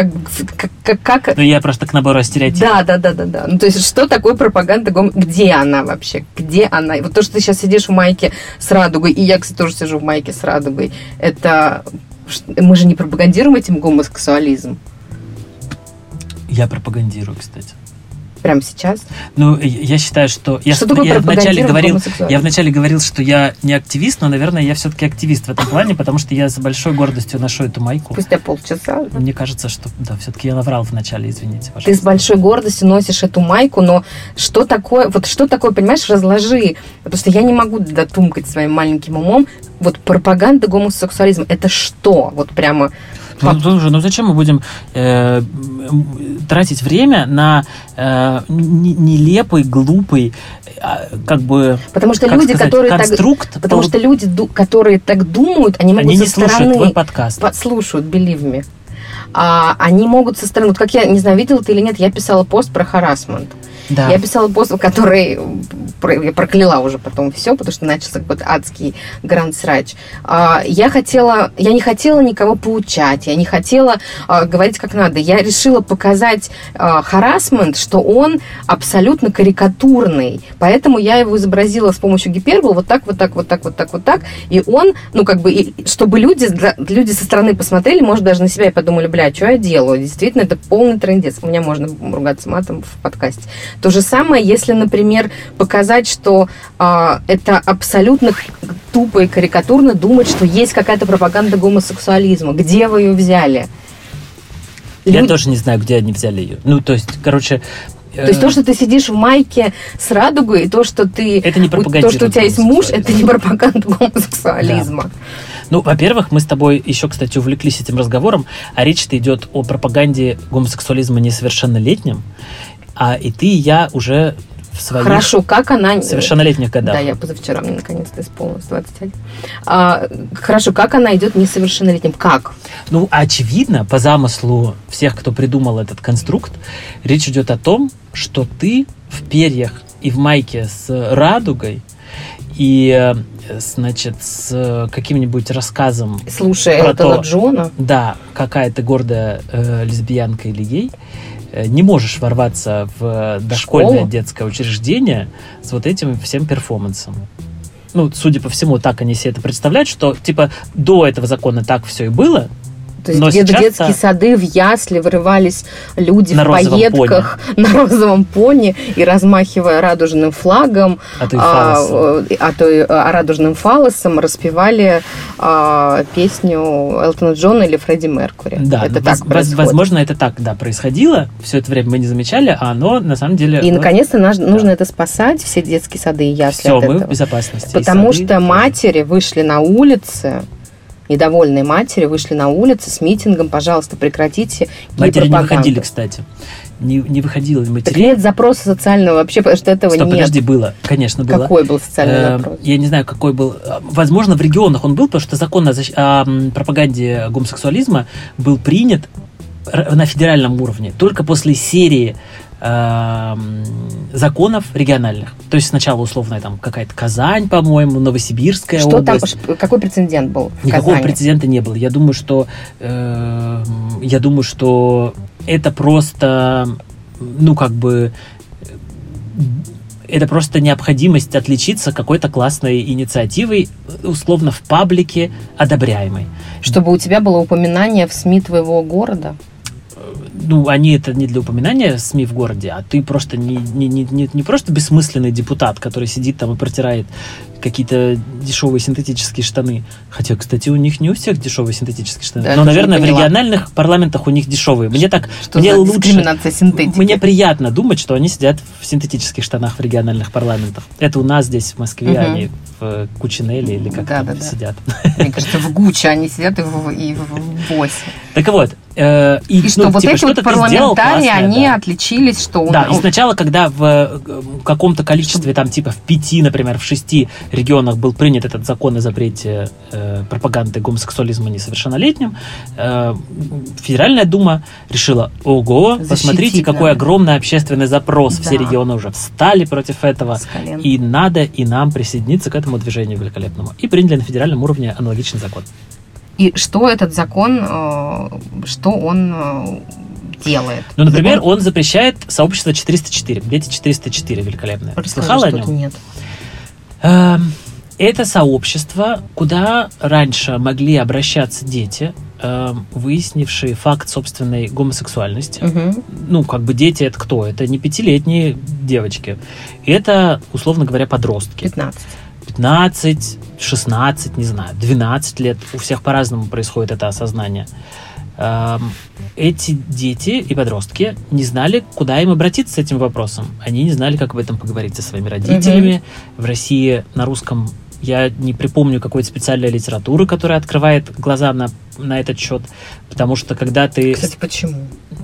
как... я просто к набору стереотипов. Да. То есть что такое пропаганда гомосексуализма? Где она вообще? Где она? И вот то, что ты сейчас сидишь в майке с радугой, и я, кстати, тоже сижу в майке с радугой, это... Мы же не пропагандируем этим гомосексуализм. Я пропагандирую, кстати. Прямо сейчас? Я считаю, что... Я вначале говорил, что я не активист, но, наверное, я все-таки активист в этом плане, потому что я с большой гордостью ношу эту майку. Спустя полчаса? Да? Мне кажется, что... Да, все-таки я наврал вначале, извините, пожалуйста. Ты с большой гордостью носишь эту майку, но что такое, понимаешь, разложи. Потому что я не могу дотумкать своим маленьким умом. Вот пропаганда гомосексуализма — это что? Вот прямо... Зачем мы будем тратить время на нелепый, глупый, потому что люди, конструкт? Потому что люди, которые так думают, они могут со стороны... слушают твой подкаст. Слушают, believe me. Они могут со стороны... Вот как я, не знаю, видела ты или нет, я писала пост про харассмент. Да. Я писала пост, который я прокляла уже потом все, потому что начался какой-то адский гранд-срач. Я не хотела никого поучать, я не хотела говорить как надо. Я решила показать харассмент, что он абсолютно карикатурный. Поэтому я его изобразила с помощью гипербол вот так. И он, чтобы люди со стороны посмотрели, может, даже на себя и подумали, что я делаю? Действительно, это полный трындец. У меня можно ругаться матом в подкасте. То же самое, если, например, показать, что это абсолютно тупо и карикатурно думать, что есть какая-то пропаганда гомосексуализма. Где вы ее взяли? Я тоже не знаю, где они взяли ее. То есть то, что ты сидишь в майке с радугой, и то, что ты... Это не пропаганда. То, что у тебя есть муж, это не пропаганда гомосексуализма. Да. Во-первых, мы с тобой еще, кстати, увлеклись этим разговором, а речь-то идет о пропаганде гомосексуализма несовершеннолетним. И ты, и я уже в своих Хорошо, как она... совершеннолетних годах. Да, я позавчера, мне наконец-то исполнилось 21. Хорошо, как она идет несовершеннолетним? Как? Ну, очевидно, по замыслу всех, кто придумал этот конструкт, речь идет о том, что ты в перьях и в майке с радугой и, значит, с каким-нибудь рассказом... Слушай, про Элтона Джона? Да, какая ты гордая лесбиянка или гей, не можешь ворваться в дошкольное детское учреждение с вот этим всем перформансом. Ну, судя по всему, так они себе это представляют, что, типа, до этого закона так все и было. То есть где-то детские сады, в ясли врывались люди в пайетках на розовом пони и, размахивая радужным флагом, радужным фалосом, распевали песню Элтона Джона или Фредди Меркьюри. Да, это так происходит. Возможно, это так, да, происходило. Все это время мы не замечали, а оно на самом деле... И, наконец-то, нужно это спасать, все детские сады и ясли все, от этого. Мы в безопасности. Потому что матери вышли на улицы, недовольные матери вышли на улицы с митингом, пожалуйста, прекратите матери не выходили, кстати. Не выходила матери. Так нет запроса социального вообще, потому что этого нет. Подожди, было. Конечно, было. Какой был социальный запрос? Я не знаю, какой был. Возможно, в регионах он был, потому что закон о пропаганде гомосексуализма был принят на федеральном уровне только после серии законов региональных. То есть сначала условно там какая-то Казань, по-моему, Новосибирская область. Там, какой прецедент был в Никакого Казани? прецедента не было. Я думаю, что это просто, это просто необходимость отличиться какой-то классной инициативой, условно, в паблике одобряемой. Чтобы у тебя было упоминание в СМИ твоего города? Ну, они это не для упоминания СМИ в городе, а ты просто не просто бессмысленный депутат, который сидит там и протирает какие-то дешевые синтетические штаны. Хотя, кстати, у них не у всех дешевые синтетические штаны. Да, но, наверное, в региональных парламентах у них дешевые. Мне дискриминация синтетики? Мне приятно думать, что они сидят в синтетических штанах в региональных парламентах. Это у нас здесь, в Москве, они в Кучинеле или как там сидят. Мне кажется, в Гуче они сидят и в БОСе. Так вот. И что вот эти вот парламентарии, они отличились, что... Да, и сначала, когда в каком-то количестве, там, типа в 5, например, в 6 регионах был принят этот закон о запрете пропаганды гомосексуализма несовершеннолетним, Федеральная Дума решила: ого, посмотрите, какой огромный общественный запрос, все регионы уже встали против этого, и надо и нам присоединиться к этому движению великолепному. И приняли на федеральном уровне аналогичный закон. И что этот закон, что он делает? Ну, например, он запрещает сообщество 404. Дети 404 великолепное. Слыхала о нем? Нет. Это сообщество, куда раньше могли обращаться дети, выяснившие факт собственной гомосексуальности. Угу. Ну, как бы дети — это кто? Это не 5-летние девочки. Это, условно говоря, подростки. 15, 16, не знаю, 12 лет. У всех по-разному происходит это осознание. Эти дети и подростки не знали, куда им обратиться с этим вопросом. Они не знали, как об этом поговорить со своими родителями. В России на русском я не припомню какой-то специальной литературы, которая открывает глаза на этот счет. Потому что когда ты... Кстати, почему?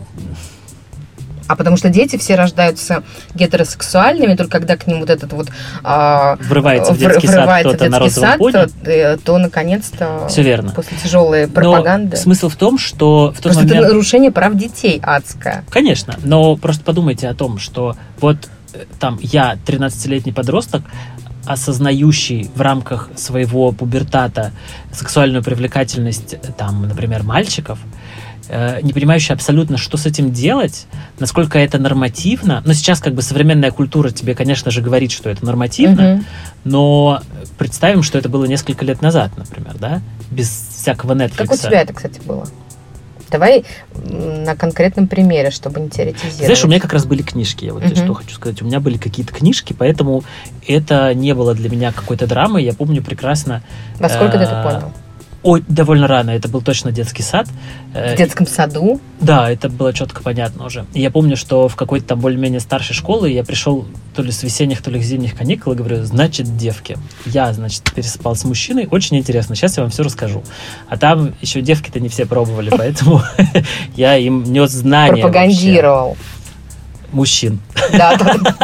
А потому что дети все рождаются гетеросексуальными, только когда к ним вот этот вот врывается в детский сад кто-то на розовом пони, то наконец-то все верно. После тяжелой пропаганды. Но смысл в том, что в тот момент... это нарушение прав детей адское. Конечно, но просто подумайте о том, что вот там я, 13-летний подросток, осознающий в рамках своего пубертата сексуальную привлекательность, там, например, мальчиков, не понимающий абсолютно, что с этим делать, насколько это нормативно. Но сейчас как бы современная культура тебе, конечно же, говорит, что это нормативно, но представим, что это было несколько лет назад, например, да, без всякого Netflix. Как у тебя это, кстати, было? Давай на конкретном примере, чтобы не теоретизировать. Знаешь, у меня как раз были книжки, я вот тебе что хочу сказать. У меня были какие-то книжки, поэтому это не было для меня какой-то драмой. Я помню прекрасно... Во сколько ты это понял? Ой, довольно рано. Это был точно детский сад. В детском саду? Да, это было четко понятно уже. И я помню, что в какой-то там более-менее старшей школы я пришел то ли с весенних, то ли с зимних каникул и говорю: значит, девки. Я, значит, переспал с мужчиной. Очень интересно. Сейчас я вам все расскажу. А там еще девки-то не все пробовали, поэтому я им нес знания. Пропагандировал. мужчин. Да.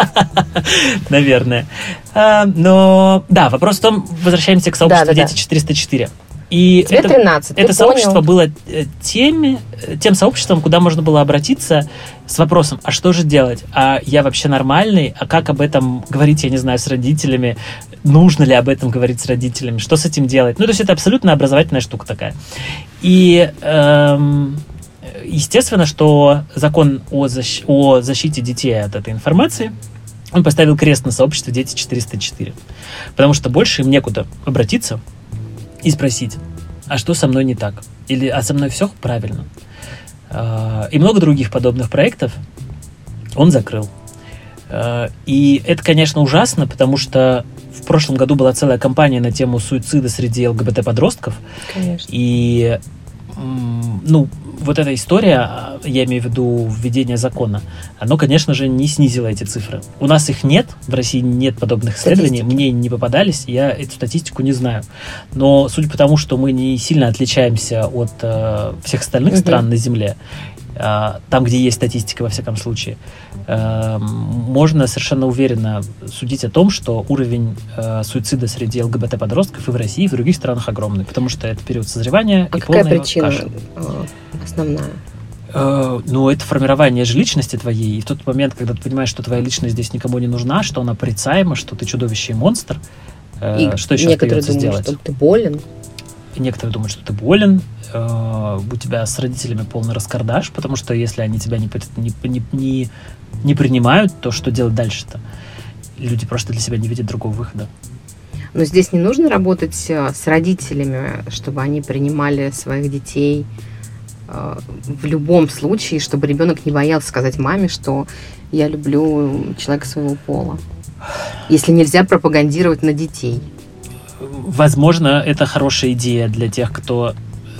Наверное. Но, да, вопрос в том, возвращаемся к сообществу «Дети 404». И тебе 13, это сообщество было тем сообществом, куда можно было обратиться с вопросом, а что же делать? А я вообще нормальный? А как об этом говорить, я не знаю, с родителями? Нужно ли об этом говорить с родителями? Что с этим делать? Ну, то есть это абсолютно образовательная штука такая. И естественно, что закон о защите детей от этой информации, он поставил крест на сообществе «Дети 404». Потому что больше им некуда обратиться и спросить, а что со мной не так? Или а со мной все правильно? И много других подобных проектов он закрыл. И это, конечно, ужасно, потому что в прошлом году была целая кампания на тему суицида среди ЛГБТ-подростков. Конечно. И вот эта история, я имею в виду введение закона, оно, конечно же, не снизило эти цифры. У нас их нет, в России нет подобных исследований, мне не попадались, я эту статистику не знаю. Но судя по тому, что мы не сильно отличаемся от всех остальных стран на Земле, там, где есть статистика, во всяком случае, можно совершенно уверенно судить о том, что уровень суицида среди ЛГБТ-подростков и в России, и в других странах огромный, потому что это период созревания и какая полная причина каша. Основная? Это формирование же личности твоей, и в тот момент, когда ты понимаешь, что твоя личность здесь никому не нужна, что она порицаема, что ты чудовище и монстр, и что еще остается сделать? Что ты болен. Некоторые думают, что ты болен, у тебя с родителями полный раскардаш, потому что если они тебя не принимают, то что делать дальше-то? Люди просто для себя не видят другого выхода. Но здесь не нужно работать с родителями, чтобы они принимали своих детей в любом случае, чтобы ребенок не боялся сказать маме, что я люблю человека своего пола. Если нельзя пропагандировать на детей. Возможно, это хорошая идея для тех, кто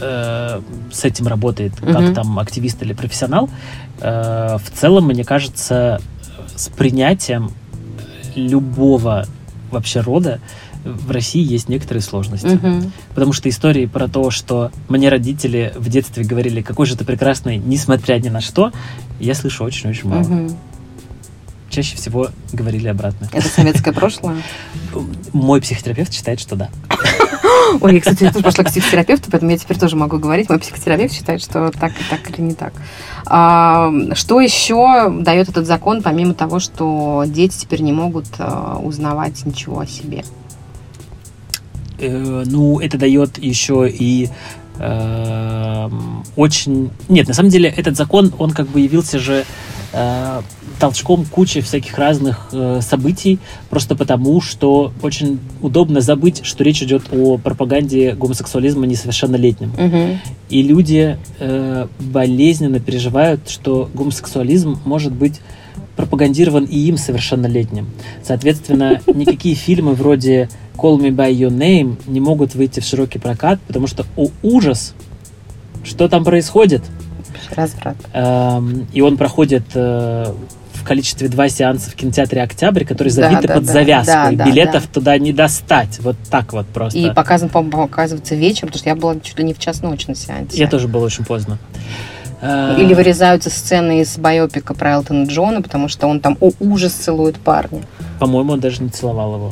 с этим работает, как там активист или профессионал. В целом, мне кажется, с принятием любого вообще рода в России есть некоторые сложности. Потому что истории про то, что мне родители в детстве говорили, какой же ты прекрасный, несмотря ни на что, я слышу очень-очень мало. Чаще всего говорили обратно. Это советское прошлое? Мой психотерапевт считает, что да. Ой, я, кстати, тоже пошла к психотерапевту, поэтому я теперь тоже могу говорить. Мой психотерапевт считает, что так или не так. Что еще дает этот закон, помимо того, что дети теперь не могут узнавать ничего о себе? Это дает еще и очень... Нет, на самом деле этот закон, он как бы явился же толчком кучи всяких разных событий, просто потому, что очень удобно забыть, что речь идет о пропаганде гомосексуализма несовершеннолетним. И люди болезненно переживают, что гомосексуализм может быть пропагандирован и им совершеннолетним. Соответственно, никакие фильмы вроде Call Me By Your Name не могут выйти в широкий прокат, потому что, ужас, что там происходит? Разврат. И он проходит в количестве 2 сеанса в кинотеатре «Октябрь», который забиты под завязку, и билетов туда не достать. Вот так вот просто. И показывается вечером, потому что я была чуть ли не в час ночи на сеансе. Я тоже была очень поздно. Или вырезаются сцены из байопика про Элтона Джона, потому что он там, ужас, целует парня. По-моему, он даже не целовал его.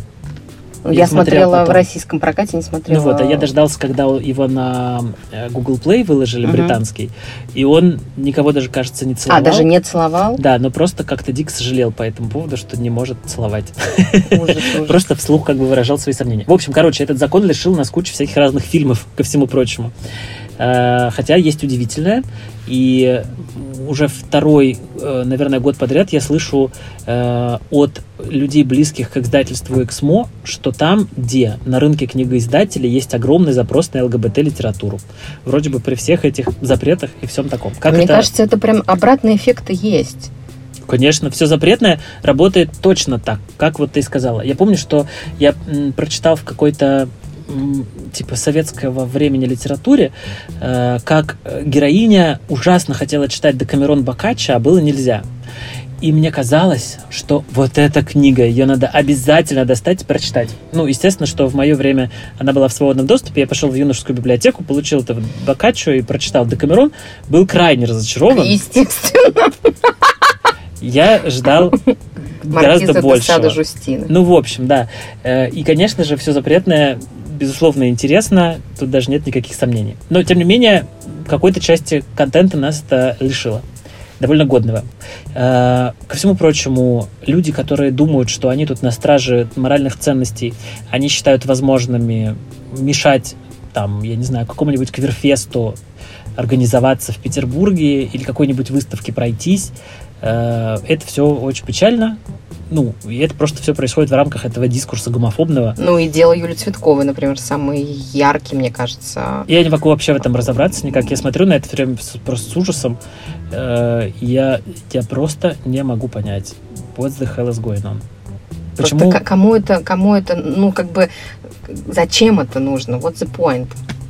Я смотрела в российском прокате, не смотрела. А я дождался, когда его на Google Play выложили, британский, и он никого даже, кажется, не целовал. Даже не целовал? Да, но просто как-то дико сожалел по этому поводу, что не может целовать. Ужас. Просто вслух как бы выражал свои сомнения. В общем, этот закон лишил нас кучи всяких разных фильмов, ко всему прочему. Хотя есть удивительное, и уже второй, наверное, год подряд я слышу от людей, близких к издательству «Эксмо», что там, где на рынке книгоиздателей есть огромный запрос на ЛГБТ-литературу. Вроде бы при всех этих запретах и всем таком. Мне кажется, это прям обратный эффект есть. Конечно, все запретное работает точно так, как вот ты сказала. Я помню, что я прочитал в какой-то типа советского времени литературе, как героиня ужасно хотела читать Декамерон Боккаччо, а было нельзя. И мне казалось, что вот эта книга, ее надо обязательно достать и прочитать. Естественно, что в мое время она была в свободном доступе. Я пошел в юношескую библиотеку, получил это Боккаччо и прочитал Декамерон. Был крайне разочарован. Естественно. Я ждал гораздо большего. Жустины. Ну, в общем, да. И, конечно же, все запретное, безусловно, интересно. Тут даже нет никаких сомнений. Но, тем не менее, какой-то части контента нас это лишило. Довольно годного. Ко всему прочему, люди, которые думают, что они тут на страже моральных ценностей, они считают возможными мешать, там, я не знаю, какому-нибудь квирфесту организоваться в Петербурге или какой-нибудь выставке пройтись. Это все очень печально. Ну, и это просто все происходит в рамках этого дискурса гомофобного. Ну, и дело Юли Цветковой, например, самый яркий, мне кажется. Я не могу вообще в этом разобраться никак. Я смотрю на это все время просто с ужасом. Я просто не могу понять, what the hell is going on. Почему? Просто кому это, ну, как бы, зачем это нужно? What's the point?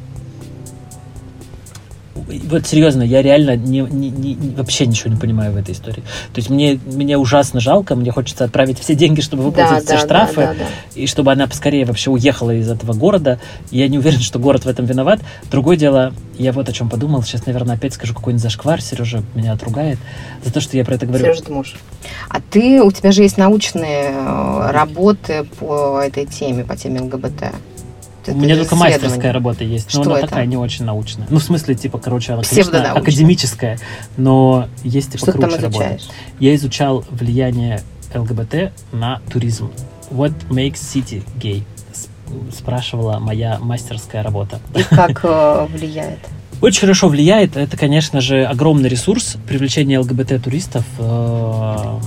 Вот серьезно, я реально вообще ничего не понимаю в этой истории. То есть мне ужасно жалко, мне хочется отправить все деньги, чтобы выплатить все штрафы, и чтобы она поскорее вообще уехала из этого города. Я не уверен, что город в этом виноват. Другое дело, я вот о чем подумал. Сейчас, наверное, опять скажу какой-нибудь зашквар. Сережа меня отругает за то, что я про это говорю. Сережа, ты муж. А у тебя же есть научные работы по этой теме, по теме ЛГБТ. У меня только мастерская работа есть, но она такая не очень научная. Ну, в смысле, типа, короче, она, конечно, академическая, но есть, типа, круче работа. Я изучал влияние ЛГБТ на туризм. What makes city gay? Спрашивала моя мастерская работа. И как влияет? Очень хорошо влияет. Это, конечно же, огромный ресурс привлечения ЛГБТ-туристов в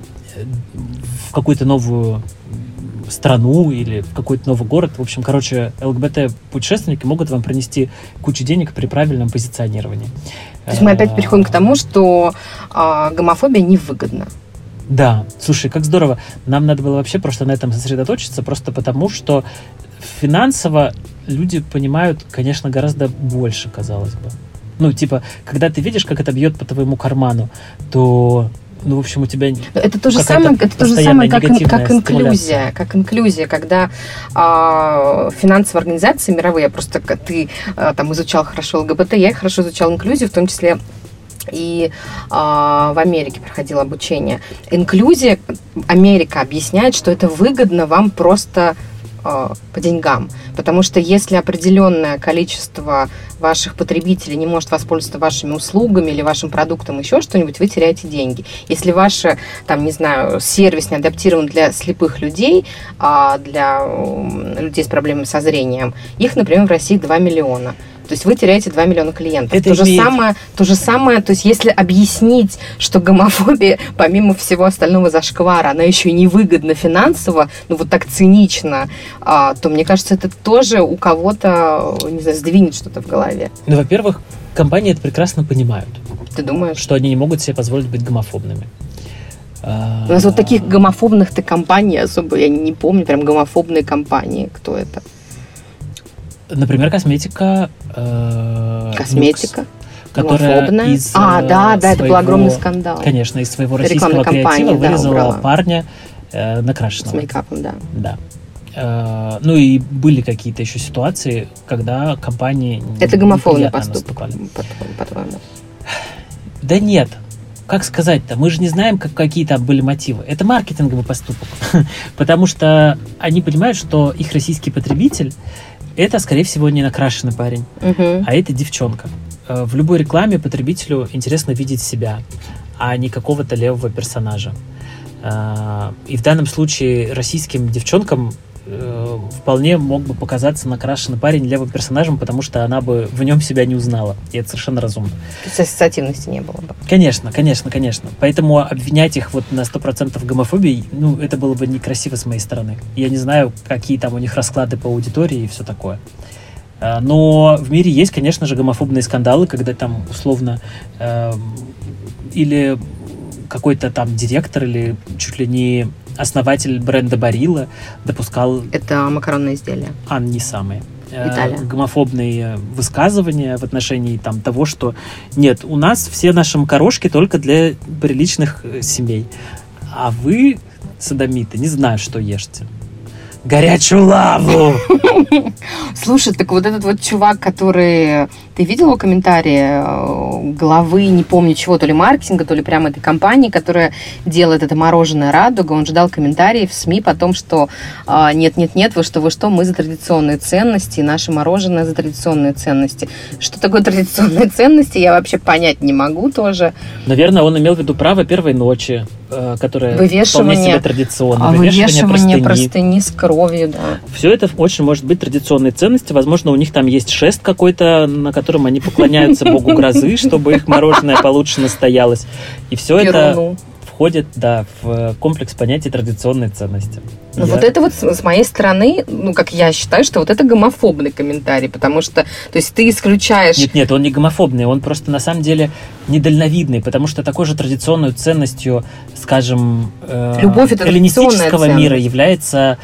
какую-то новую страну или в какой-то новый город. В общем, короче, ЛГБТ-путешественники могут вам принести кучу денег при правильном позиционировании. То есть мы опять переходим к тому, что гомофобия невыгодна. Да, слушай, как здорово. Нам надо было вообще просто на этом сосредоточиться, просто потому, что финансово люди понимают, конечно, гораздо больше, казалось бы. Ну, типа, когда ты видишь, как это бьет по твоему карману, то... Ну, в общем, у тебя это то же самое, как инклюзия, когда финансовые организации мировые, просто ты там изучал хорошо ЛГБТ, я хорошо изучала инклюзию, в том числе и в Америке проходила обучение. Инклюзия, Америка объясняет, что это выгодно вам просто по деньгам. Потому что если определенное количество ваших потребителей не может воспользоваться вашими услугами или вашим продуктом, еще что-нибудь, вы теряете деньги. Если ваш, там, не знаю, сервис не адаптирован для слепых людей, для людей с проблемами со зрением, их, например, в России 2 миллиона. То есть вы теряете 2 миллиона клиентов. То же самое, то есть если объяснить, что гомофобия, помимо всего остального зашквара, она еще и невыгодна финансово, ну вот так цинично, то, мне кажется, это тоже у кого-то, не знаю, сдвинет что-то в голове. Ну, во-первых, компании это прекрасно понимают. Ты думаешь? Что они не могут себе позволить быть гомофобными. У нас вот таких гомофобных-то компаний особо, я не помню, прям гомофобные компании. Кто это? Например, косметика. Косметика? Которая из это был огромный скандал. Конечно, из своего российского креатива вырезала парня накрашенного. С мейкапом, да. Да. Ну и были какие-то еще ситуации, когда компании это гомофобный поступок, по-твоему? Да нет. Как сказать-то? Мы же не знаем, какие там были мотивы. Это маркетинговый поступок. Потому что они понимают, что их российский потребитель это, скорее всего, не накрашенный парень, а это девчонка. В любой рекламе потребителю интересно видеть себя, а не какого-то левого персонажа. И в данном случае российским девчонкам вполне мог бы показаться накрашенный парень левым персонажем, потому что она бы в нем себя не узнала. И это совершенно разумно. То есть ассоциативности не было бы. Конечно. Поэтому обвинять их вот на 100% гомофобии, ну, это было бы некрасиво с моей стороны. Я не знаю, какие там у них расклады по аудитории и все такое. Но в мире есть, конечно же, гомофобные скандалы, когда там условно или какой-то там директор, или чуть ли не основатель бренда Барилла допускал... Это макаронные изделия. Не самые. Италия. Гомофобные высказывания в отношении там, того, что нет, у нас все наши макарошки только для приличных семей. А вы, содомиты, не знаю, что ешьте. Горячую лаву! Слушай, так вот этот вот чувак, который... Ты видел его комментарии главы, не помню чего, то ли маркетинга, то ли прямо этой компании, которая делает это мороженое «Радуга». Он же дал комментарии в СМИ о том, что нет-нет-нет, вы что, мы за традиционные ценности, и наше мороженое за традиционные ценности. Что такое традиционные ценности, я вообще понять не могу тоже. Наверное, он имел в виду право первой ночи, которое вполне себе традиционное. Вывешивание простыни с кровью, да. Все это очень может быть традиционные ценности. Возможно, у них там есть шест какой-то, на котором они поклоняются богу грозы, чтобы их мороженое получше настоялось. И все это входит, в комплекс понятий традиционной ценности. Вот это вот с моей стороны, как я считаю, что вот это гомофобный комментарий, потому что, то есть ты исключаешь... Нет, он не гомофобный, он просто на самом деле недальновидный, потому что такой же традиционной ценностью, скажем, эллинистического мира является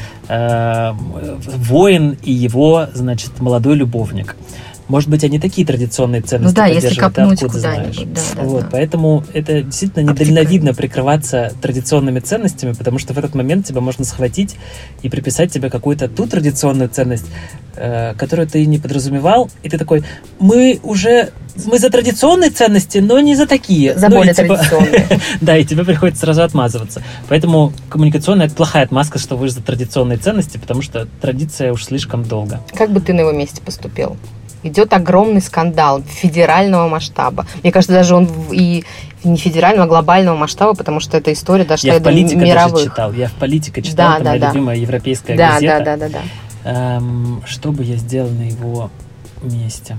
воин и его, значит, молодой любовник. Может быть, они такие традиционные ценности поддерживают, если копнуть куда-нибудь. Поэтому это действительно недальновидно прикрываться традиционными ценностями, потому что в этот момент тебя можно схватить и приписать тебе какую-то ту традиционную ценность, которую ты не подразумевал, и ты такой, мы за традиционные ценности, но не за такие. За более традиционные. Да, и тебе приходится сразу отмазываться. Поэтому коммуникационная – это плохая отмазка, что вы за традиционные ценности, потому что традиция уж слишком долго. Как бы ты на его месте поступил? Идет огромный скандал федерального масштаба. Мне кажется, даже он и не федерального, а глобального масштаба, потому что эта история дошла до мировых. Я в «Политика» читал, это моя любимая европейская газета. Да. Что бы я сделал на его месте?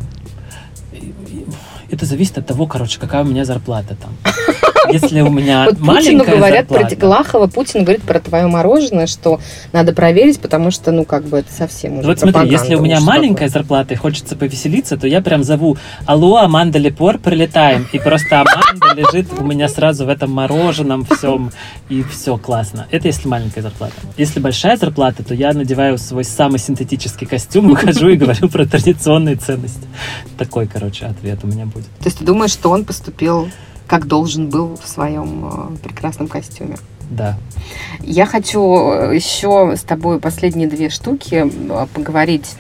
Это зависит от того, какая у меня зарплата там. Если у меня маленькая зарплата... Путин говорит про твое мороженое, что надо проверить, потому что, это совсем уже пропаганда. Смотри, если у меня маленькая зарплата и хочется повеселиться, то я прям зову: алло, Аманда Лепор, прилетаем. И просто Аманда лежит у меня сразу в этом мороженом всем, и все классно. Это если маленькая зарплата. Если большая зарплата, то я надеваю свой самый синтетический костюм, выхожу и говорю про традиционные ценности. Такой, ответ у меня будет. То есть ты думаешь, что он поступил как должен был в своем прекрасном костюме? Да. Я хочу еще с тобой последние 2 штуки поговорить.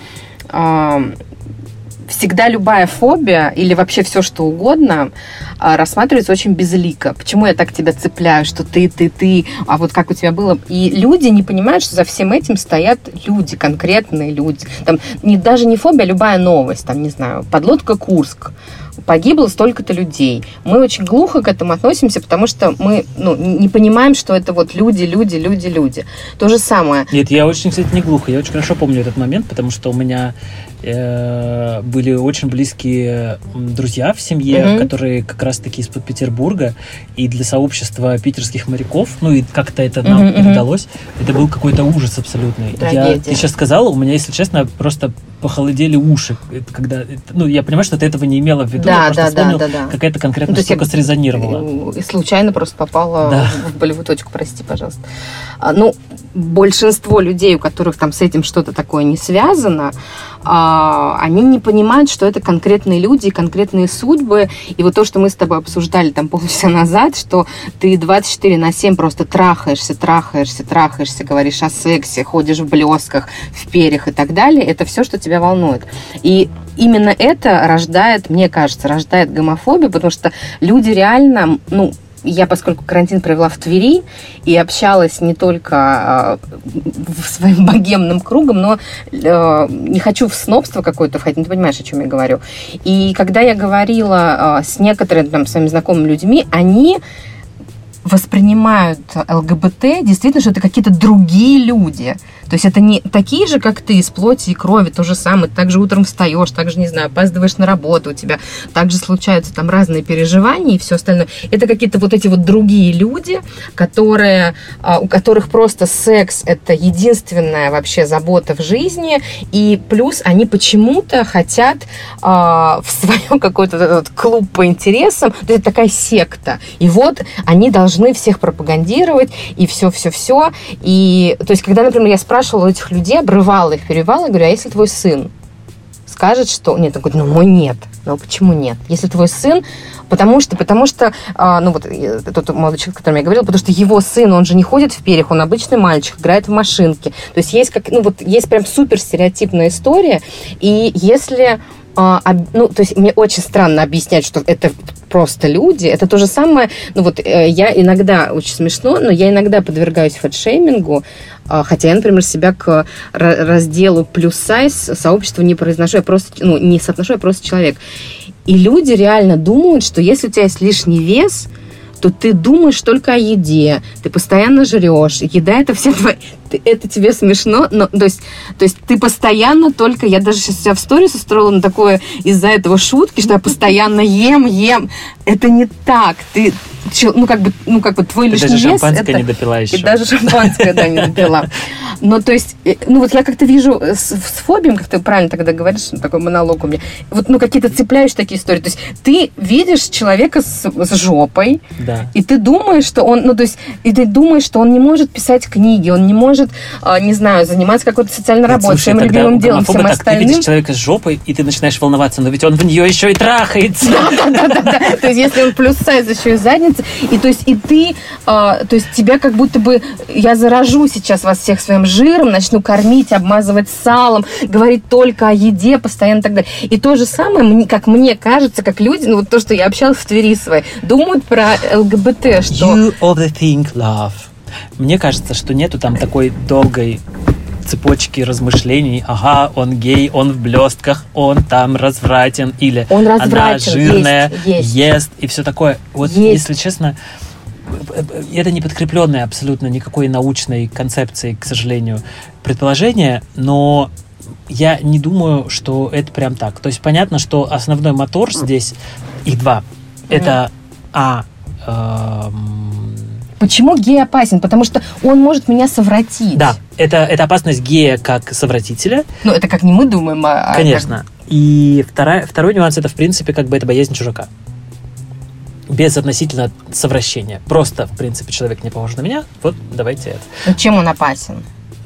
Всегда любая фобия или вообще все, что угодно рассматривается очень безлико. Почему я так тебя цепляю, что ты, а вот как у тебя было? И люди не понимают, что за всем этим стоят люди, конкретные люди. Там даже не фобия, а любая новость. Там, не знаю, подлодка Курск. Погибло столько-то людей. Мы очень глухо к этому относимся, потому что мы не понимаем, что это вот люди. То же самое. Нет, я очень, кстати, не глухо. Я очень хорошо помню этот момент, потому что у меня были очень близкие друзья в семье, которые как раз-таки из-под Петербурга, и для сообщества питерских моряков, и как-то это нам передалось, это был какой-то ужас абсолютный. Ты сейчас сказала, у меня, если честно, просто похолодели уши, я понимаю, что ты этого не имела в виду, я просто вспомнил, какая-то конкретная штука срезонировала. И случайно просто попала в болевую точку, прости, пожалуйста. Большинство людей, у которых там с этим что-то такое не связано, они не понимают, что это конкретные люди, конкретные судьбы. И вот то, что мы с тобой обсуждали там полчаса назад, что ты 24/7 просто трахаешься, говоришь о сексе, ходишь в блесках, в перьях и так далее, это все, что тебя волнует. И именно это рождает гомофобию, потому что люди реально, я, поскольку карантин провела в Твери и общалась не только своим богемным кругом, но не хочу в снобство какое-то входить, ты понимаешь, о чем я говорю. И когда я говорила с некоторыми своими знакомыми людьми, они воспринимают ЛГБТ действительно, что это какие-то другие люди. То есть это не такие же, как ты, из плоти и крови, то же самое. Ты также утром встаешь, также, не знаю, опаздываешь на работу, у тебя также случаются там разные переживания и все остальное. Это какие-то вот эти вот другие люди, у которых просто секс – это единственная вообще забота в жизни, и плюс они почему-то хотят в своем какой-то клуб по интересам, то есть это такая секта. И вот они должны всех пропагандировать, и все-все-все. И, то есть, когда, например, я спрашивала у этих людей, обрывала их, перебивала, и говорю, а если твой сын скажет, что... Нет, он говорит, мой нет. Почему нет? Если твой сын... Потому что тот молодой человек, о котором я говорила, потому что его сын, он же не ходит в перьях, он обычный мальчик, играет в машинки. То есть есть есть прям супер стереотипная история, и если то есть мне очень странно объяснять, что это просто люди. Это то же самое. Я иногда, очень смешно, но я иногда подвергаюсь фэтшеймингу, хотя я, например, себя к разделу плюс-сайз сообщества не произношу, я просто, не соотношу, я просто человек. И люди реально думают, что если у тебя есть лишний вес, то ты думаешь только о еде, ты постоянно жрешь, еда это все твои... Это тебе смешно, но, то есть ты постоянно только... Я даже сейчас себя в сторис устроила на такое из-за этого шутки, что я постоянно ем. Это не так. Ты, твой лишний вес... Даже шампанское не допила еще. И даже шампанское, да, не допила. Но, то есть, я как-то вижу с фобией, как ты правильно тогда говоришь, такой монолог у меня, какие-то цепляющие такие истории. То есть, ты видишь человека с жопой, да. И ты думаешь, что он, не может писать книги, он не может, не знаю, заниматься какой-то социальной работой, своим любимым делом, всем остальным. Ты видишь человека с жопой, и ты начинаешь волноваться, но ведь он в нее еще и трахается. Да. То есть, если он плюс-сайз, еще и задница, и ты, тебя как будто бы, я заражу сейчас вас всех своим жиром, начну кормить, обмазывать салом, говорить только о еде, постоянно и так далее. И то же самое, как мне кажется, как люди, то, что я общалась в Твери своей, думают про ЛГБТ, что... You overthink love. Мне кажется, что нету там такой долгой цепочки размышлений. Ага, он гей, он в блестках, он там развратен, или он развратен, она жирная, есть. Ест, и все такое. Вот, есть. Если честно, это не подкрепленное абсолютно никакой научной концепцией, к сожалению, предположение, но я не думаю, что это прям так. То есть понятно, что основной мотор здесь, их два, это Почему гей опасен? Потому что он может меня совратить. Да, это опасность гея как совратителя. Это как не мы думаем, Конечно. И второй нюанс, это, в принципе, это боязнь чужака. Без относительно совращения. Просто, в принципе, человек не похож на меня, вот давайте это. Но чем он опасен?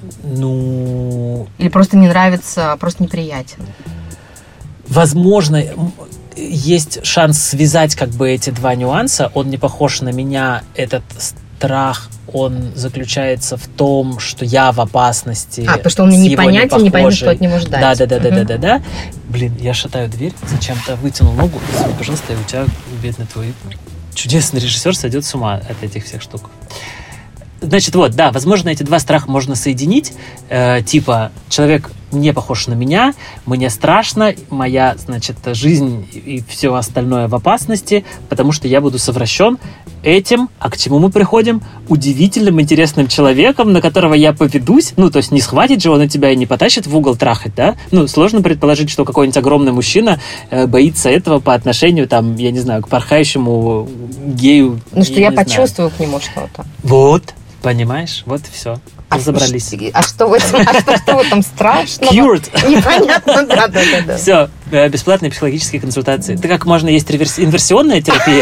Или просто не нравится, просто неприятен? Возможно, есть шанс связать эти два нюанса. Он не похож на меня, этот страх, он заключается в том, что я в опасности. Потому что он мне непонятен, непонятно, что от него ждать. Да. Блин, я шатаю дверь, зачем-то вытянул ногу. Извини, пожалуйста, и у тебя, бедный твой чудесный режиссер, сойдет с ума от этих всех штук. Значит, возможно, эти два страха можно соединить. Типа, человек не похож на меня, мне страшно, моя, жизнь и все остальное в опасности, потому что я буду совращен этим, а к чему мы приходим? Удивительным, интересным человеком, на которого я поведусь. То есть не схватит же он на тебя и не потащит в угол трахать, да? Сложно предположить, что какой-нибудь огромный мужчина боится этого по отношению, я не знаю, к порхающему гею. Что я почувствую к нему что-то. Вот. Понимаешь? Вот и все. Разобрались. Что в этом страшного? Cured. Непонятно, да. Все, бесплатные психологические консультации. Можно есть инверсионная терапия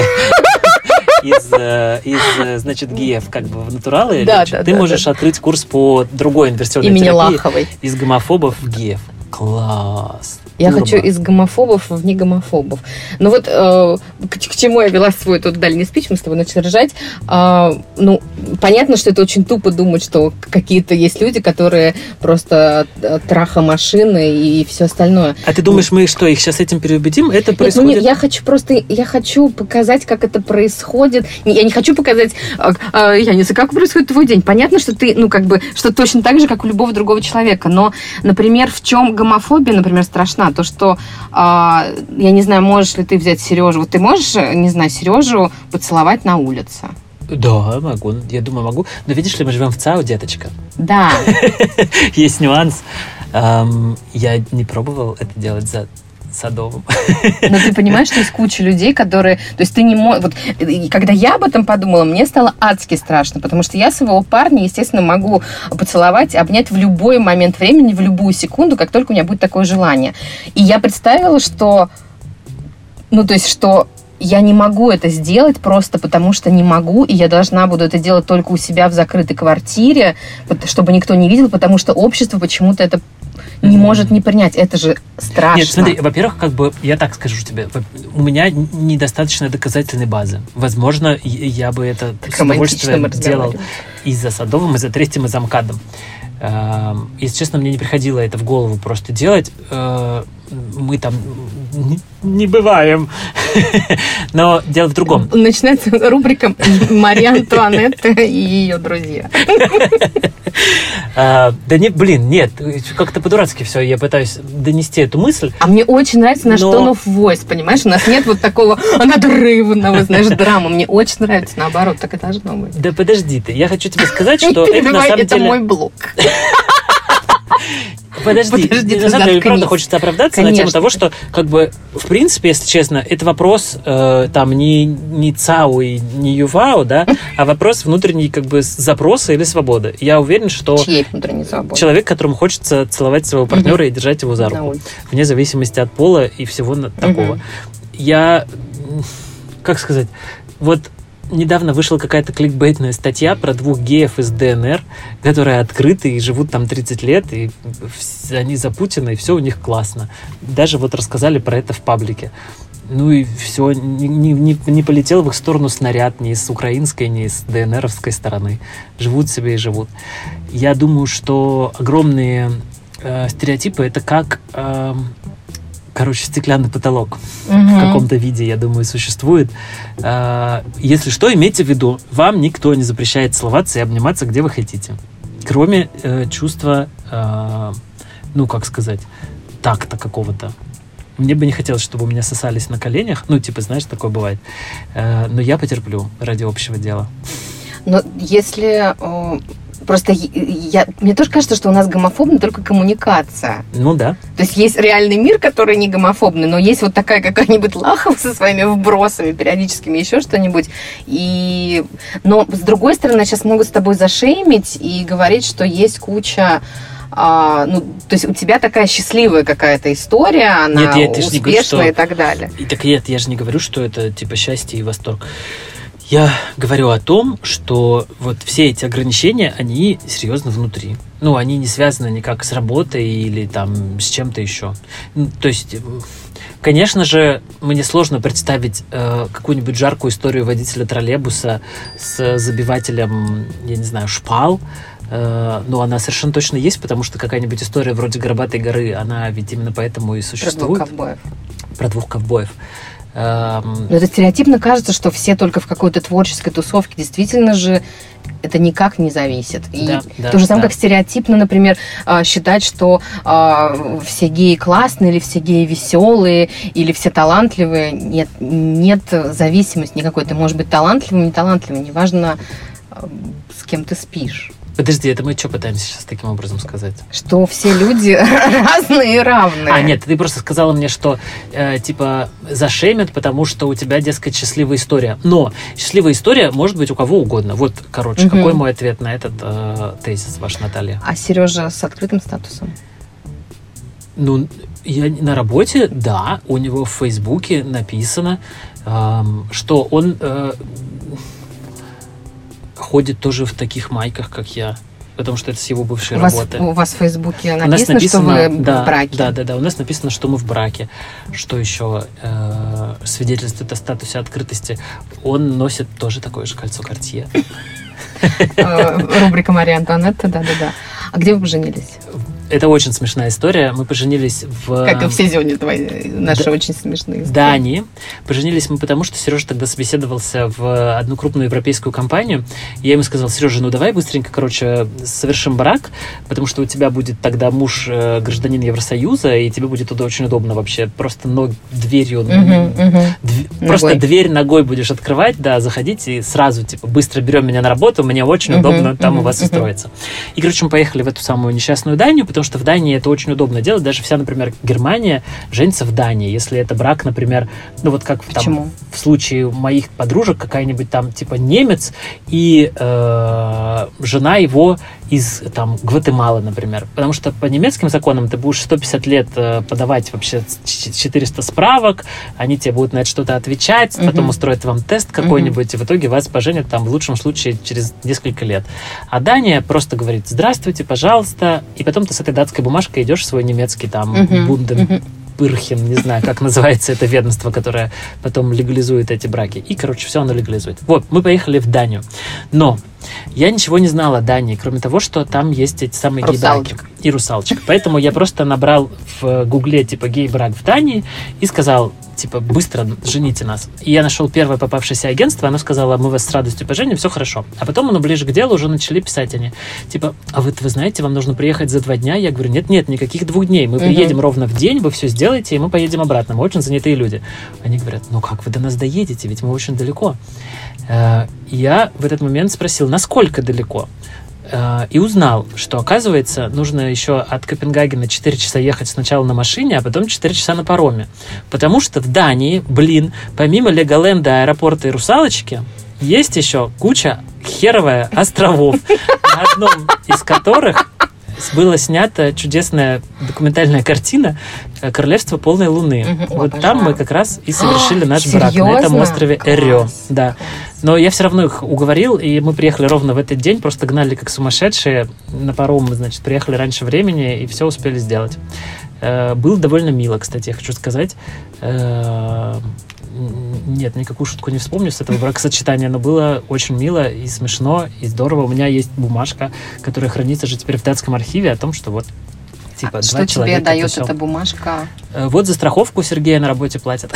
из геев, в натуралы. Ты можешь открыть курс по другой инверсионной терапии. Имени Лаховой. Из гомофобов в геев. Класс. Я хочу из гомофобов в негомофобов. К чему я вела свой тут дальний спич, мы с тобой начали ржать. Понятно, что это очень тупо думать, что какие-то есть люди, которые просто трахомашины и все остальное. А ты думаешь, мы что, их сейчас этим переубедим? Это происходит? Я хочу показать, как это происходит. Я не хочу показать, я не знаю, как происходит твой день. Понятно, что ты, что точно так же, как у любого другого человека. Но, например, в чем гомофобия, например, страшна? То, что, я не знаю, можешь ли ты взять Сережу. Ты можешь, не знаю, Сережу поцеловать на улице? Да, могу. Я думаю, могу. Но видишь ли, мы живем в ЦАУ, деточка. Да. Есть нюанс. Я не пробовал это делать за Садовым. Но ты понимаешь, что есть куча людей, которые... То есть ты не можешь... Когда я об этом подумала, мне стало адски страшно, потому что я своего парня, естественно, могу поцеловать, обнять в любой момент времени, в любую секунду, как только у меня будет такое желание. И я представила, что... что я не могу это сделать просто потому, что не могу, и я должна буду это делать только у себя в закрытой квартире, чтобы никто не видел, потому что общество почему-то это не может не принять. Это же страшно. Нет, смотри, во-первых, я так скажу тебе, у меня недостаточно доказательной базы. Возможно, я бы это с удовольствием делал и за Садовым, и за Третьим, и за МКАДом. Если честно, мне не приходило это в голову просто делать. Мы там не бываем. Но дело в другом. Начинается рубрика «Мария Антуанетта и ее друзья». Да нет, как-то по-дурацки все, я пытаюсь донести эту мысль. А мне очень нравится наш tone of voice, понимаешь? У нас нет вот такого надрывного, знаешь, драмы. Мне очень нравится, наоборот, так и должно быть. Да подожди ты, я хочу тебе сказать, что это на самом деле... Это мой блог. Подожди, на самом деле, правда, хочется оправдаться на тему того, что, как бы, в принципе, если честно, это вопрос там не ЦАУ и не ЮВАУ, да, а вопрос внутренней, как бы, запроса или свободы. Я уверен, что человек, которому хочется целовать своего партнера и держать его за руку, вне зависимости от пола и всего такого. Я, как сказать, вот недавно вышла какая-то кликбейтная статья про 2 геев из ДНР, которые открыты и живут там 30 лет, и они за Путина, и все у них классно. Даже вот рассказали про это в паблике. Ну и все, не полетел в их сторону снаряд ни с украинской, ни с ДНРовской стороны. Живут себе и живут. Я думаю, что огромные стереотипы — это как... стеклянный потолок в каком-то виде, я думаю, существует. Если что, имейте в виду, вам никто не запрещает целоваться и обниматься, где вы хотите. Кроме чувства, такта какого-то. Мне бы не хотелось, чтобы у меня сосались на коленях. Знаешь, такое бывает. Но я потерплю ради общего дела. Но если... Просто мне тоже кажется, что у нас гомофобна только коммуникация. Ну да. То есть есть реальный мир, который не гомофобный, но есть вот такая какая-нибудь Лахова со своими вбросами периодическими, еще что-нибудь. Но с другой стороны, сейчас могут с тобой зашеймить и говорить, что есть куча... то есть у тебя такая счастливая какая-то история, она успешная и так далее. Я же не говорю, что это типа счастье и восторг. Я говорю о том, что вот все эти ограничения, они серьезно внутри. Они не связаны никак с работой или там с чем-то еще. То есть, конечно же, мне сложно представить какую-нибудь жаркую историю водителя троллейбуса с забивателем, я не знаю, шпал. Но она совершенно точно есть, потому что какая-нибудь история вроде «Горбатой горы», она ведь именно поэтому и существует. Про двух ковбоев. Но это стереотипно кажется, что все только в какой-то творческой тусовке. Действительно же это никак не зависит. И то же самое, как стереотипно, например, считать, что все геи классные, или все геи веселые, или все талантливые. Нет зависимости никакой. Ты можешь быть талантливым, неталантливым. Неважно, с кем ты спишь. Подожди, это мы что пытаемся сейчас таким образом сказать? Что все люди разные и равные. Нет, ты просто сказала мне, что зашемят, потому что у тебя, дескать, счастливая история. Но счастливая история может быть у кого угодно. Вот, какой мой ответ на этот тезис, ваша Наталья? А Сережа с открытым статусом? Я на работе, да, у него в Фейсбуке написано, что он... ходит тоже в таких майках, как я. Потому что это с его бывшей работы. У вас в Фейсбуке написано, что вы в браке? Да. У нас написано, что мы в браке. Что еще свидетельствует о статусе открытости? Он носит тоже такое же кольцо Cartier. Рубрика «Мария Антуанетта», да. А где вы поженились? Это очень смешная история. Мы поженились в... Как и все сегодня твои наши очень смешные истории. Дании. Поженились мы потому, что Сережа тогда собеседовался в одну крупную европейскую компанию. Я ему сказал: Сережа, давай быстренько, совершим брак, потому что у тебя будет тогда муж гражданин Евросоюза, и тебе будет туда очень удобно вообще. Просто дверью... Просто дверь ногой будешь открывать, заходить, и сразу, быстро берем меня на работу, мне очень удобно там у вас устроиться. И, мы поехали в эту самую несчастную Данию, потому что в Дании это очень удобно делать. Даже вся, например, Германия женится в Дании. Если это брак, например, как там, в случае моих подружек, какая-нибудь там немец и жена его из Гватемалы, например. Потому что по немецким законам ты будешь 150 лет подавать вообще 400 справок, они тебе будут на это что-то отвечать, потом устроят вам тест какой-нибудь, и в итоге вас поженят в лучшем случае через несколько лет. А Дания просто говорит: здравствуйте, пожалуйста, и потом ты с этой датской бумажкой идешь в свой немецкий бунден. Бирхен, не знаю, как называется это ведомство, которое потом легализует эти браки. И, короче, все оно легализует. Вот, мы поехали в Данию. Но я ничего не знала о Дании, кроме того, что там есть эти самые гей-браки. И русалочек. Поэтому я просто набрал в Гугле, типа, гей-брак в Дании и сказал, типа, быстро жените нас. И я нашел первое попавшееся агентство, оно сказало, мы вас с радостью поженим, все хорошо. А потом оно ближе к делу уже начали писать они. Типа, а вы знаете, вам нужно приехать за 2 дня? Я говорю, нет, никаких 2 дней. Мы приедем ровно в день, вы все сделаете, и мы поедем обратно. Мы очень занятые люди. Они говорят, ну как вы до нас доедете, ведь мы очень далеко. Я в этот момент спросил, насколько далеко? И узнал, что, оказывается, нужно еще от Копенгагена 4 часа ехать сначала на машине, а потом 4 часа на пароме. Потому что в Дании, помимо Леголенда, аэропорта и Русалочки, есть еще куча херовая островов, на одном из которых была снята чудесная документальная картина «Королевство полной луны». Вот там мы как раз и совершили наш брак на этом острове Эрё. Да. Но я все равно их уговорил, и мы приехали ровно в этот день, просто гнали как сумасшедшие на паром, значит, приехали раньше времени и все успели сделать. Было довольно мило, кстати, я хочу сказать. Нет, никакую шутку не вспомню с этого бракосочетания, но было очень мило и смешно, и здорово. У меня есть бумажка, которая хранится же теперь в датском архиве о том, что вот типа, что тебе дает эта бумажка? Вот за страховку Сергея на работе платят.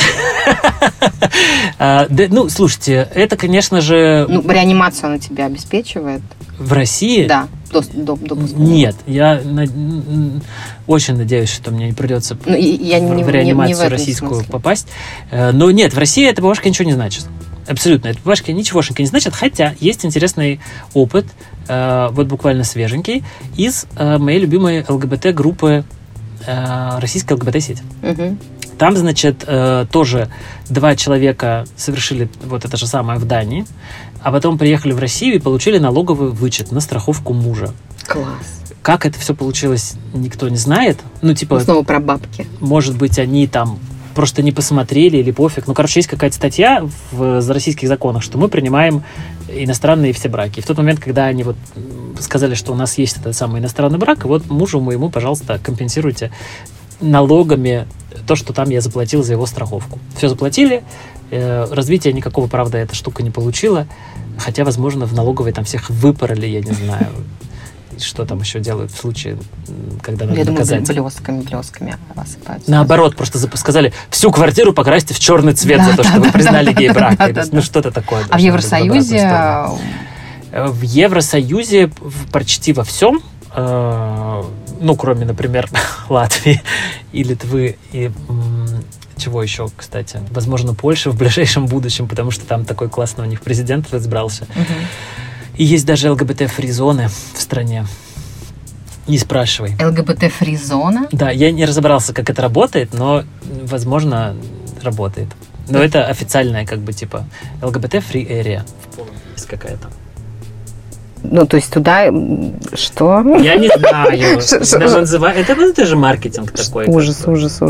Ну, слушайте, это, конечно же... Ну, реанимацию она тебя обеспечивает? В России? Да, допуск. Нет, я очень надеюсь, что мне не придется в реанимацию российскую попасть. Но нет, в России эта бумажка ничего не значит. Абсолютно. Эта бумажка ничегошенько не значит, хотя есть интересный опыт, вот буквально свеженький, из моей любимой ЛГБТ-группы, российской ЛГБТ-сеть. Угу. Там, значит, тоже 2 человека совершили вот это же самое в Дании, а потом приехали в Россию и получили налоговый вычет на страховку мужа. Класс. Как это все получилось, никто не знает. Ну, типа... Снова про бабки. Может быть, они там просто не посмотрели или пофиг. Ну, короче, есть какая-то статья в российских законах, что мы принимаем иностранные все браки. И в тот момент, когда они вот сказали, что у нас есть этот самый иностранный брак, вот мужу моему, пожалуйста, компенсируйте налогами то, что там я заплатил за его страховку. Все заплатили. Развития никакого, правда, эта штука не получила. Хотя, возможно, в налоговой там всех выпороли, я не знаю, что там еще делают в случае, когда надо доказать. Я думаю, блесками осыпаются. Наоборот, просто сказали, всю квартиру покрасьте в черный цвет за то, что вы признали гей-брак. Ну, что-то такое. А в Евросоюзе? В Евросоюзе почти во всем, ну, кроме, например, Латвии и Литвы, и чего еще, кстати, возможно, Польши в ближайшем будущем, потому что там такой классный у них президент избрался. И есть даже ЛГБТ-фри-зоны в стране. Не спрашивай. ЛГБТ-фри-зона? Да, я не разобрался, как это работает, но, возможно, работает. Но это официальная, как бы, типа, ЛГБТ-фри-эрия. В полном есть какая-то. Ну, то есть туда что? Я не знаю. Это же маркетинг такой. Ужас.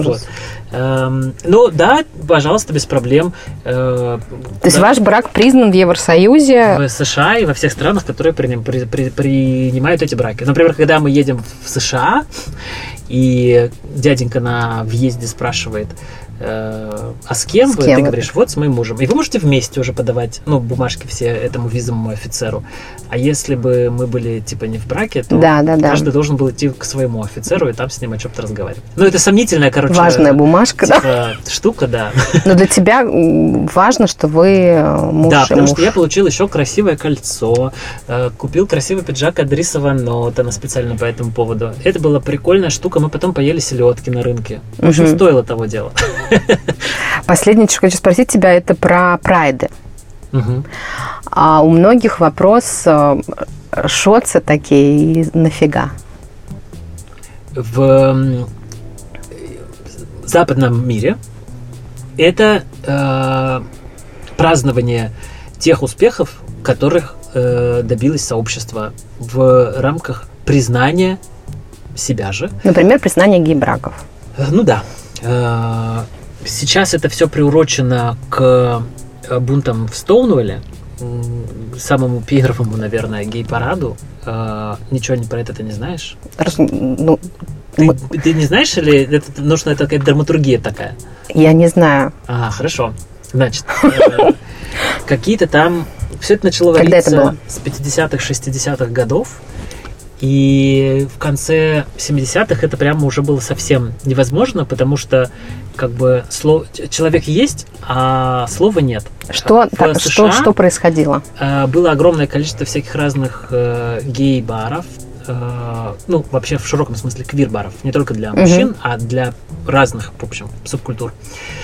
Ну, да, пожалуйста, без проблем. То есть ваш брак признан в Евросоюзе? В США и во всех странах, которые принимают эти браки. Например, когда мы едем в США, и дяденька на въезде спрашивает, а с кем вы? Ты говоришь, вот с моим мужем. И вы можете вместе уже подавать, ну, бумажки все этому визовому офицеру. А если бы мы были, типа, не в браке, то каждый должен был идти к своему офицеру и там с ним о чем-то разговаривать. Ну, это сомнительная, короче... Важная бумажка, типа, да? Штука, да. Но для тебя важно, что вы муж. Да, потому что я получил еще красивое кольцо, купил красивый пиджак от Дриса Ван Нотена специально по этому поводу. Это была прикольная штука. Мы потом поели селедки на рынке. В общем, стоило того дела. Последнее, что хочу спросить тебя, это про прайды. А у многих вопрос, шоцы такие, нафига? В западном мире это празднование тех успехов, которых добилось сообщество в рамках признания себя же. Например, признание гей-браков. Ну да. Сейчас это все приурочено к бунтам в Стоунуэлле, самому первому, наверное, гей-параду. Ничего про это ты не знаешь? Ты не знаешь, или это нужна какая-то драматургия такая? Я не знаю. Хорошо. Значит, какие-то там... Все это начало вариться с 50-х, 60-х годов. И в конце 70-х это прямо уже было совсем невозможно, потому что как бы человек есть, а слова нет. Что происходило? Было огромное количество всяких разных гей-баров, ну, вообще в широком смысле квир-баров, не только для мужчин, а для разных, в общем, субкультур.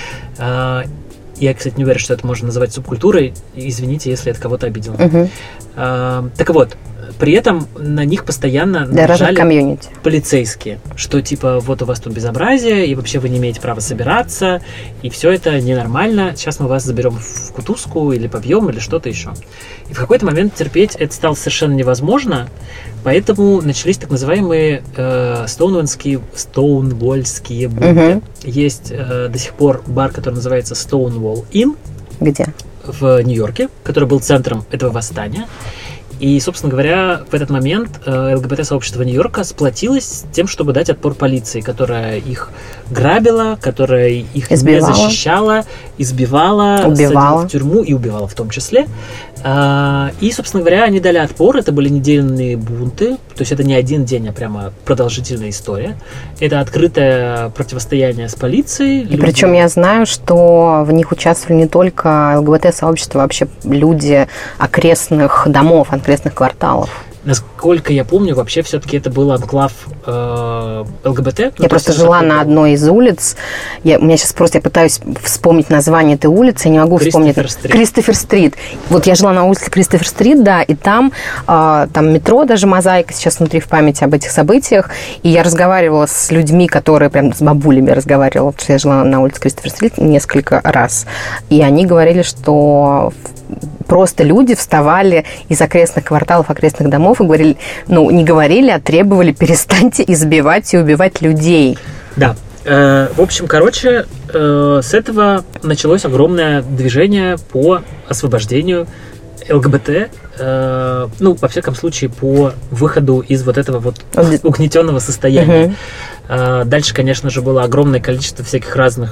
Я, кстати, не уверен, что это можно называть субкультурой. Извините, если это кого-то обидело. Так вот, при этом на них постоянно наезжали полицейские, что типа вот у вас тут безобразие, и вообще вы не имеете права собираться, и все это ненормально, сейчас мы вас заберем в кутузку или побьем, или что-то еще. И в какой-то момент терпеть это стало совершенно невозможно, поэтому начались так называемые стоунвольские бунты. Есть до сих пор бар, который называется Stonewall Inn. Где? В Нью-Йорке, который был центром этого восстания. И, собственно говоря, в этот момент ЛГБТ-сообщество Нью-Йорка сплотилось с тем, чтобы дать отпор полиции, которая их грабила, которая их не защищала, избивала, садила в тюрьму и убивала в том числе. И, собственно говоря, они дали отпор. Это были недельные бунты. То есть это не один день, а прямо продолжительная история. Это открытое противостояние с полицией. И причем я знаю, что в них участвовали не только ЛГБТ-сообщество, вообще люди окрестных домов, окрестных кварталов. Насколько я помню, вообще все-таки это был анклав ЛГБТ. Я просто жила на одной из улиц. У меня сейчас просто, я пытаюсь вспомнить название этой улицы, я не могу вспомнить. Кристофер-стрит. Вот я жила на улице Кристофер-стрит, да, и там метро, даже мозаика сейчас внутри в памяти об этих событиях. И я разговаривала с людьми, которые, прям с бабулями разговаривала, потому что я жила на улице Кристофер-стрит несколько раз. И они говорили, что просто люди вставали из окрестных кварталов, окрестных домов и говорили, не говорили, а требовали: перестаньте избивать и убивать людей. Да. В общем, с этого началось огромное движение по освобождению ЛГБТ, во всяком случае, по выходу из вот этого вот угнетенного состояния. Дальше, конечно же, было огромное количество всяких разных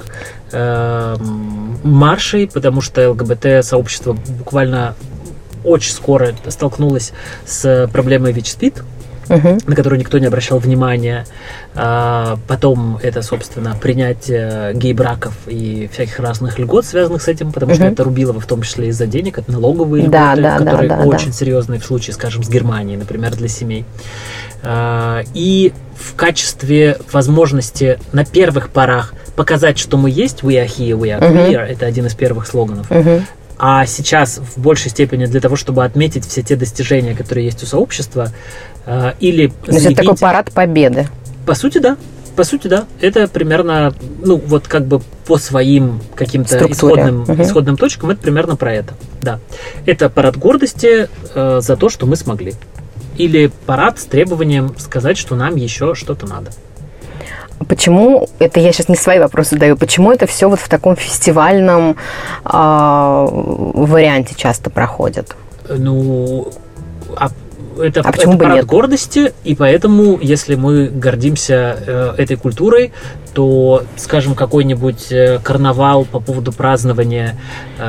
маршей, потому что ЛГБТ-сообщество буквально очень скоро столкнулось с проблемой ВИЧ-СПИД, на которую никто не обращал внимания. Потом это, собственно, принятие гей-браков и всяких разных льгот, связанных с этим, потому что это рубило в том числе из-за денег, это налоговые льготы, которые очень серьезные в случае, скажем, с Германией, например, для семей. И в качестве возможности на первых порах показать, что мы есть, we are here, we are queer, это один из первых слоганов. А сейчас в большей степени для того, чтобы отметить все те достижения, которые есть у сообщества, или заявить... Это такой парад победы. По сути, да. Это примерно, по своим каким-то исходным точкам, это примерно про это. Да. Это парад гордости за то, что мы смогли. Или парад с требованием сказать, что нам еще что-то надо. Почему, это я сейчас не свои вопросы задаю, почему это все вот в таком фестивальном варианте часто проходит? Это парад гордости, и поэтому, если мы гордимся этой культурой, то, скажем, какой-нибудь карнавал по поводу празднования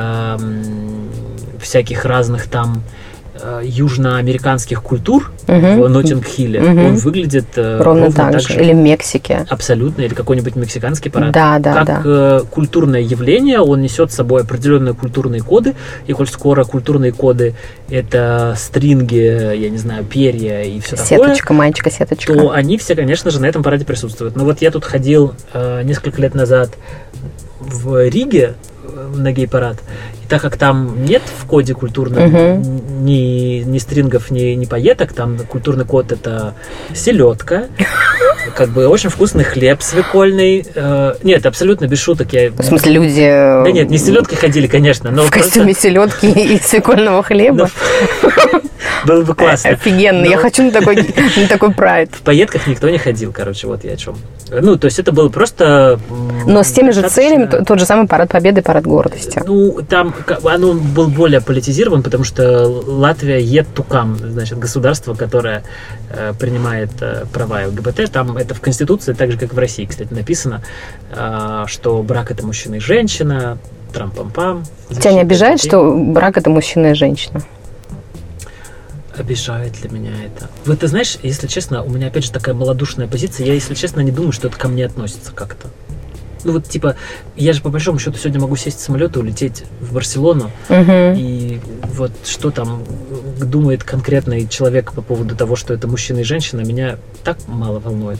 всяких разных там южноамериканских культур в Ноттинг-Хилле, он выглядит ровно так же. Или в Мексике. Абсолютно. Или какой-нибудь мексиканский парад. Как культурное явление, он несет с собой определенные культурные коды, и коль скоро культурные коды — это стринги, я не знаю, перья и все такое. Сеточка, маечка, сеточка. То они все, конечно же, на этом параде присутствуют. Но вот я тут ходил несколько лет назад в Риге на гей-парад, и так как там нет в коде культурном ни стрингов, ни пайеток, там культурный код — это селедка, очень вкусный хлеб свекольный. Нет, абсолютно без шуток. В смысле, люди... Да нет, не селедкой ходили, конечно. Но в костюме селедки и свекольного хлеба? Было бы классно. Офигенно, я хочу на такой прайд. В пайетках никто не ходил, короче, вот я о чем. Ну, то есть это было просто... Но с теми же целями, тот же самый парад Победы, парад гордости. Ну, там оно был более политизирован, потому что Латвия ЕТУКАМ, значит, государство, которое принимает права ЛГБТ, там это в Конституции, так же, как в России, кстати, написано, что брак – это мужчина и женщина, трам-пам-пам. Тебя не обижает, что брак – это мужчина и женщина? Обижает для меня это. Вот ты знаешь, если честно, у меня опять же такая малодушная позиция, я, если честно, не думаю, что это ко мне относится как-то. Ну вот типа, я же по большому счету сегодня могу сесть в самолет и улететь в Барселону, и вот что там думает конкретный человек по поводу того, что это мужчина и женщина, меня так мало волнует,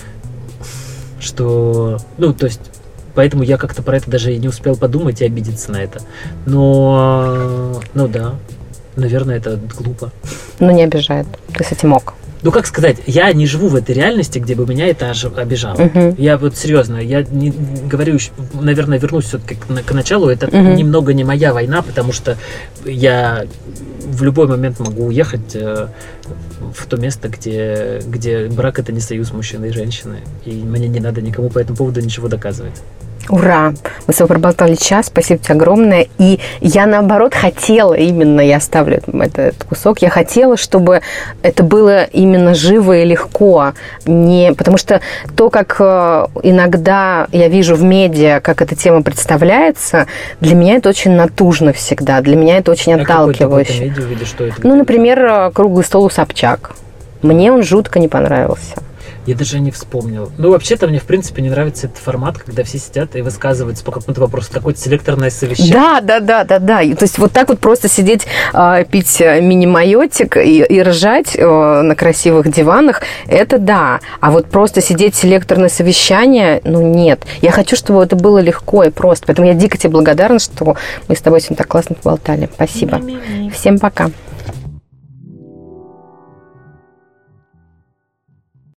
что, ну то есть, поэтому я как-то про это даже и не успел подумать и обидеться на это. Но, ну да. Наверное, это глупо. Но не обижает. Ты с этим ок. Ну, как сказать, я не живу в этой реальности, где бы меня это обижало. Я вот серьезно, я не говорю, наверное, вернусь все-таки к началу. Это немного не моя война, потому что я в любой момент могу уехать в то место, где брак – это не союз мужчины и женщины. И мне не надо никому по этому поводу ничего доказывать. Ура! Мы с тобой проболтали час, спасибо тебе огромное. И я, наоборот, хотела именно, я оставлю этот кусок, я хотела, чтобы это было именно живо и легко. Потому что то, как иногда я вижу в медиа, как эта тема представляется, для меня это очень натужно всегда, для меня это очень отталкивающе. Какой медиа видишь, что это? Ну, например, «Круглый стол у Собчак». Мне он жутко не понравился. Я даже не вспомнил. Ну, вообще-то мне, в принципе, не нравится этот формат, когда все сидят и высказываются по какому-то вопросу. Какое-то селекторное совещание. Да. То есть вот так вот просто сидеть, пить мини-майотик и ржать на красивых диванах, это да. А вот просто сидеть селекторное совещание, ну нет. Я хочу, чтобы это было легко и просто. Поэтому я дико тебе благодарна, что мы с тобой сегодня так классно поболтали. Спасибо. Всем пока.